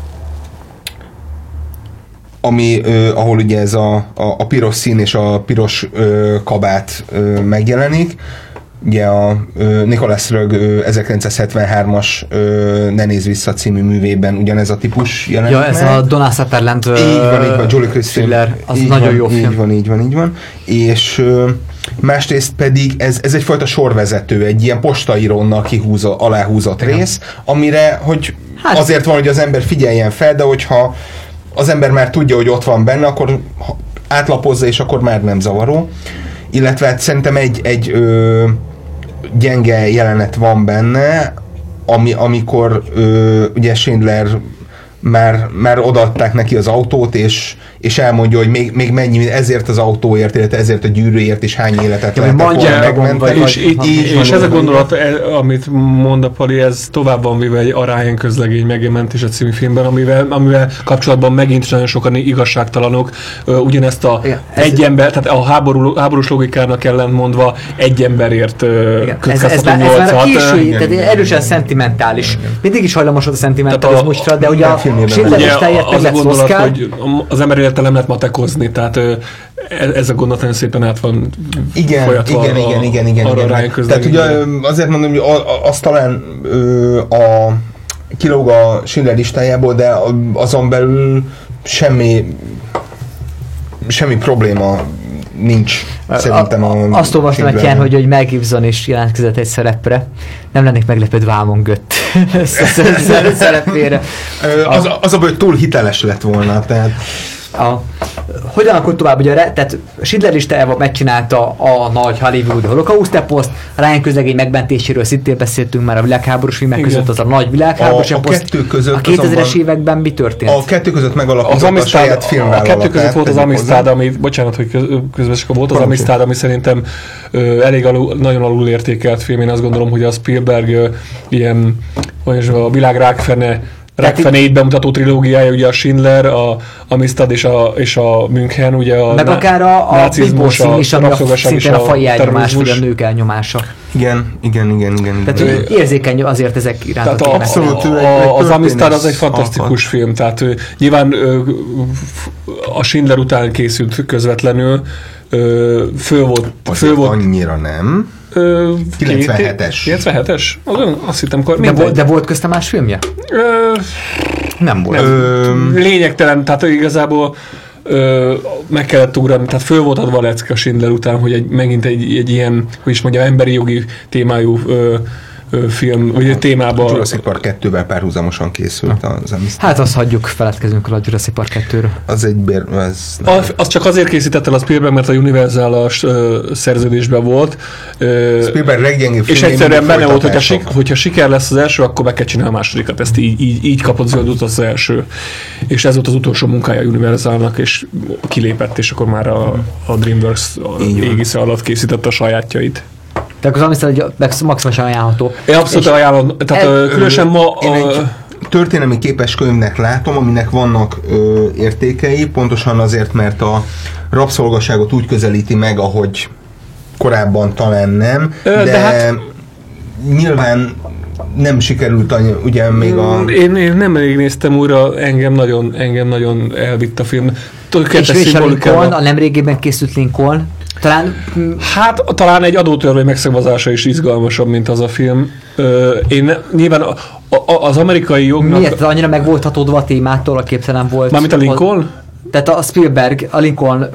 ami, ö, ahol ugye ez a, a, a piros szín és a piros ö, kabát ö, megjelenik. Ugye a ö, Nicholas Roeg ö, ezerkilencszázhetvenhármas ö, Ne nézz vissza című művében ugyanez a típus jelenik Ja, ez meg. A Donald Sutherland így van, így van, Julie Christine, az így nagyon van, jó film. Így van, így van, így van. És ö, másrészt pedig ez, ez egyfajta sorvezető, egy ilyen postaírónnal kihúzott, aláhúzott igen. rész, amire, hogy hát, azért van, hogy az ember figyeljen fel, de hogyha az ember már tudja, hogy ott van benne, akkor átlapozza, és akkor már nem zavaró. Illetve hát szerintem egy, egy ö, gyenge jelenet van benne, ami, amikor ö, ugye Schindler már, már odaadták neki az autót, és, és elmondja, hogy még, még mennyi, ezért az autóért, illetve ezért a gyűrűért is hány életet ja, lehetett volna megmenteni. És, így, így, és ez a gondolat, amit mond a Pali, ez tovább van véve egy A Ryan közlegény megjelentése című filmben, amivel, amivel kapcsolatban megint nagyon sokan igazságtalanok. Ugyanezt a igen, egy ember, tehát a háború, háborús logikának ellentmondva egy emberért kötkezhető nyolcat. Ez már a késői, tehát erősen szentimentális. Mindig is hajlamos a szentimentalizmusra, de ugye a Schindler listáját meg lesz Oscar. Hogy az ember élete nem lehet matekozni, tehát ez a gondolat nagyon szépen át van igen, folyatva igen, a, igen, igen, igen, arra igen. Tehát ugye azért mondom, hogy az talán a kilóg a Schindler listájából, de azon belül semmi semmi probléma nincs szerintem a... a azt olvastam egy ilyen, hogy, hogy Mel Gibson is jelentkezett egy szerepre. Nem lennék meglepődve Vámon Gött szerepére. Az, az a baj, hogy túl hiteles lett volna, tehát... A, hogyan akkor tovább, ugye, tehát Schindler listájával megcsinálta a nagy Hollywoodi holokauszt-eposzt, Ryan közlegény megmentéséről szintén beszéltünk már a világháborús filmek igen. között, az a nagy világháborús a, a kettő között a kétezres években mi történt? A kettő között megalapozott a saját filmvállalatát. A kettő között volt az Amistad, ami, bocsánat, hogy közben csak volt az Amistad, ami szerintem ö, elég alul, nagyon alul értékelt film. Én azt gondolom, hogy a Spielberg ö, ilyen, vagy a világ rákfene Rákfenéit bemutató trilógiája, ugye a Schindler, a Amistad és a, és a München, ugye a meg akár a, a nácizmus, is, ami a, szintén a faji elnyomás, vagy a nők elnyomása. Igen, igen, igen, igen. Tehát igen. érzékeny azért ezek iránt. Tehát a, abszolút, a, a, az Amistad az egy fantasztikus alkat. film, tehát ő, nyilván ö, a Schindler után készült közvetlenül, ö, föl volt... Föl volt annyira nem. Ö, kilencvenhetes. kilencvenhetes? Azt hittem, kor, de, vo- de volt köztem más filmje? Ö, nem volt. Ö, lényegtelen, tehát igazából ö, meg kellett ugrani, tehát föl volt adva a lecke a Schindler után, hogy egy, megint egy, egy ilyen, hogy is mondjam, emberi jogi témájú ö, film, vagy a témában... A Jurassic Park kettővel párhuzamosan készült az Amistad. Hát azt hagyjuk, feledkezünk a Jurassic Park kettőről. Az egy bér... Az, az, az csak azért készített el a Spielberg, mert a Universal-as uh, szerződésben volt. Uh, Spielberg leggyengébb és egyszerűen benne volt, hogyha, sik, hogyha siker lesz az első, akkor meg kell csinálni a másodikat. Ezt így, így, így kapott zöldút az első. És ez volt az utolsó munkája a Universalnak, és kilépett, és akkor már a, a DreamWorks égisze alatt készítette a sajátjait. Tehát az Amistad maximálisan ajánlható. Én abszolút ajánlom. Tehát el, különösen ma... Én a... egy történelmi képes könyvnek látom, aminek vannak ö, értékei, pontosan azért, mert a rabszolgaságot úgy közelíti meg, ahogy korábban talán nem, de, de hát... nyilván nem sikerült annyi, ugye még a... Én, én nem elég néztem újra, engem nagyon, engem nagyon elvitt a film. És és a Lincoln, a nemrégében készült Lincoln, talán... Hát talán egy adótörvény megszavazása is izgalmasabb, mint az a film. Én nyilván a, a, az amerikai jognak... Miért? Annyira meg volt hatódva a témától, a képtelen volt... Mármint a Lincoln? A, tehát a Spielberg, a Lincoln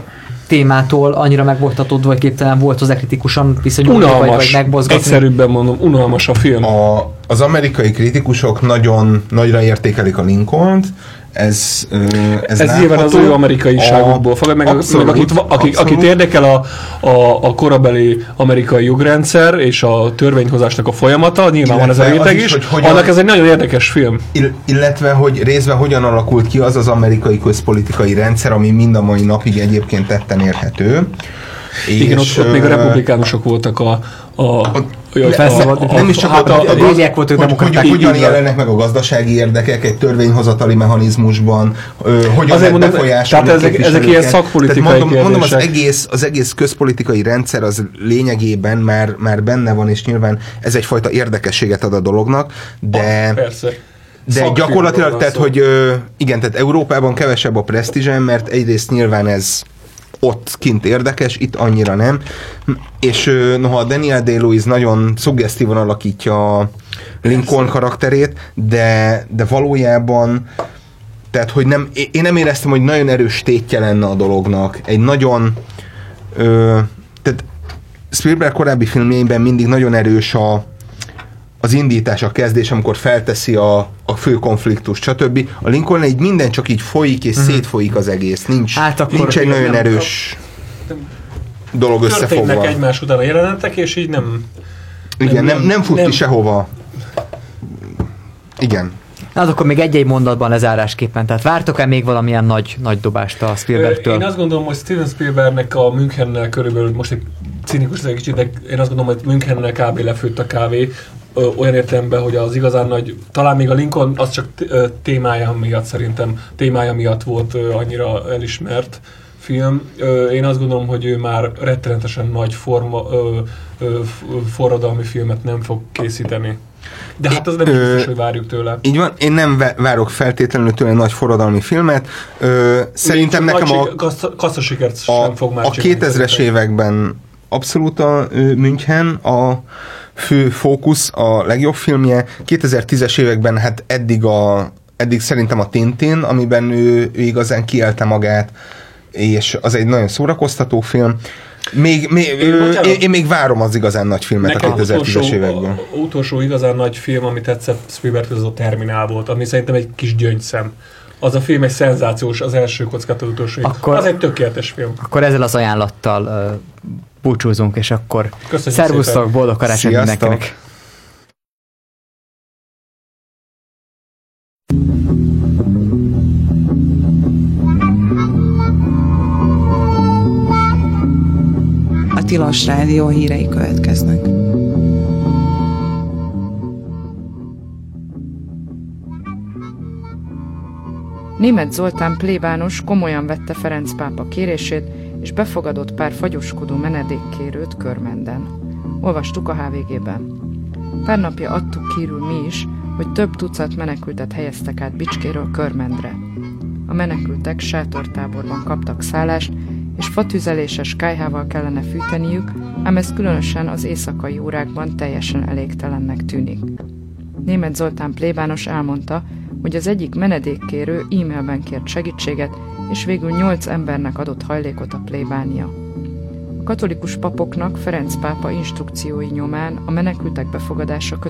témától annyira megvoltatódva, vagy képtelen volt hozzá kritikusan viszonyulni, vagy, vagy megmozgatni? Egyszerűbben mondom, unalmas a film. A, az amerikai kritikusok nagyon nagyra értékelik a Lincolnt, ez, ez, ez nyilván az ő amerikaiságukból fogad, meg, abszolút, meg akit, akik, akit érdekel a, a, a korabeli amerikai jogrendszer és a törvényhozásnak a folyamata, nyilván van ez a réteg is, is hogyan, annak ez egy nagyon érdekes film. Illetve, hogy részben hogyan alakult ki az az amerikai közpolitikai rendszer, ami mind a mai napig egyébként tetten érhető. Igen, ott, ott még a republikánusok voltak a, a, a Jaj, ne, a, nem is csak hát, a, a, a, déliek voltak, hogy, hogy, hogyan jelennek meg a gazdasági érdekek egy törvényhozatali mechanizmusban, ö, hogyan lehet befolyásolni. Tehát ezek, ezek ilyen szakpolitikai tehát mondom, mondom az, egész, az egész közpolitikai rendszer az lényegében már, már benne van, és nyilván ez egyfajta érdekességet ad a dolognak, de... Ah, persze. De gyakorlatilag, tehát, hogy ö, igen, tehát Európában kevesebb a presztízsem, mert egyrészt nyilván ez ott kint érdekes, itt annyira nem. És noha a Daniel Day-Lewis nagyon szuggesztívan alakítja a Lincoln karakterét, de, de valójában tehát, hogy nem, én nem éreztem, hogy nagyon erős tétje lenne a dolognak. Egy nagyon ö, tehát Spielberg korábbi filmjeiben mindig nagyon erős a az indítás, a kezdés, amikor felteszi a, a fő konfliktus, stb. A Lincoln így minden csak így folyik, és uh-huh. szétfolyik az egész. Nincs, hát nincs egy nagyon erős nem, dolog összefogva. Történnek egymás után a jelenetek, és így nem... Igen, nem, nem, nem fut nem. ki sehova. Igen. Na, akkor még egy-egy mondatban lezárásképpen. Tehát vártok-e még valamilyen nagy, nagy dobást a Spielbergtől? Én azt gondolom, hogy Steven Spielbergnek a Münchennel körülbelül, most egy cinikus egy kicsit, de én azt gondolom, hogy Münchennel kb. Lefőtt a kávé. Ö, olyan értelemben, hogy az igazán nagy, talán még a Lincoln az csak témája miatt szerintem, témája miatt volt ö, annyira elismert film. Ö, én azt gondolom, hogy ő már rettenetesen nagy forma, ö, ö, forradalmi filmet nem fog készíteni. De hát az nem is biztos, hogy várjuk tőle. Így van, én nem várok feltétlenül tőle nagy forradalmi filmet. Ö, szerintem nekem a... kasszasikert sem fog már a kétezres években abszolút a München a fő fókusz, a legjobb filmje. kétezer-tízes években hát eddig, a, eddig szerintem a Tintin, amiben ő, ő igazán kielte magát, és az egy nagyon szórakoztató film. Még, még, én, ő, én, én még várom az igazán nagy filmet nekem a kétezer-tízes években. A utolsó igazán nagy film, ami tetszett Spielberg, az a Terminál volt, ami szerintem egy kis gyöngyszem. Az a film egy szenzációs, az első kockát az utolsó. Akkor, az egy tökéletes film. Akkor ezzel az ajánlattal uh, búcsúzunk, és akkor szervusztok, boldog karácsony mindenkinek! A Tilos Rádió hírei következnek. Németh Zoltán plébános komolyan vette Ferenc pápa kérését, és befogadott pár fagyoskodó menedékkérőt Körmenden. Olvastuk a há vé gében. Pár napja adtuk hírül mi is, hogy több tucat menekültet helyeztek át Bicskéről Körmendre. A menekültek sátortáborban kaptak szállást, és fatüzeléses kályhával kellene fűteniük, ám ez különösen az éjszakai órákban teljesen elégtelennek tűnik. Németh Zoltán plébános elmondta, hogy az egyik menedékkérő e-mailben kért segítséget, és végül nyolc embernek adott hajlékot a plébánia. A katolikus papoknak Ferenc pápa instrukciói nyomán a menekültek befogadása kötelező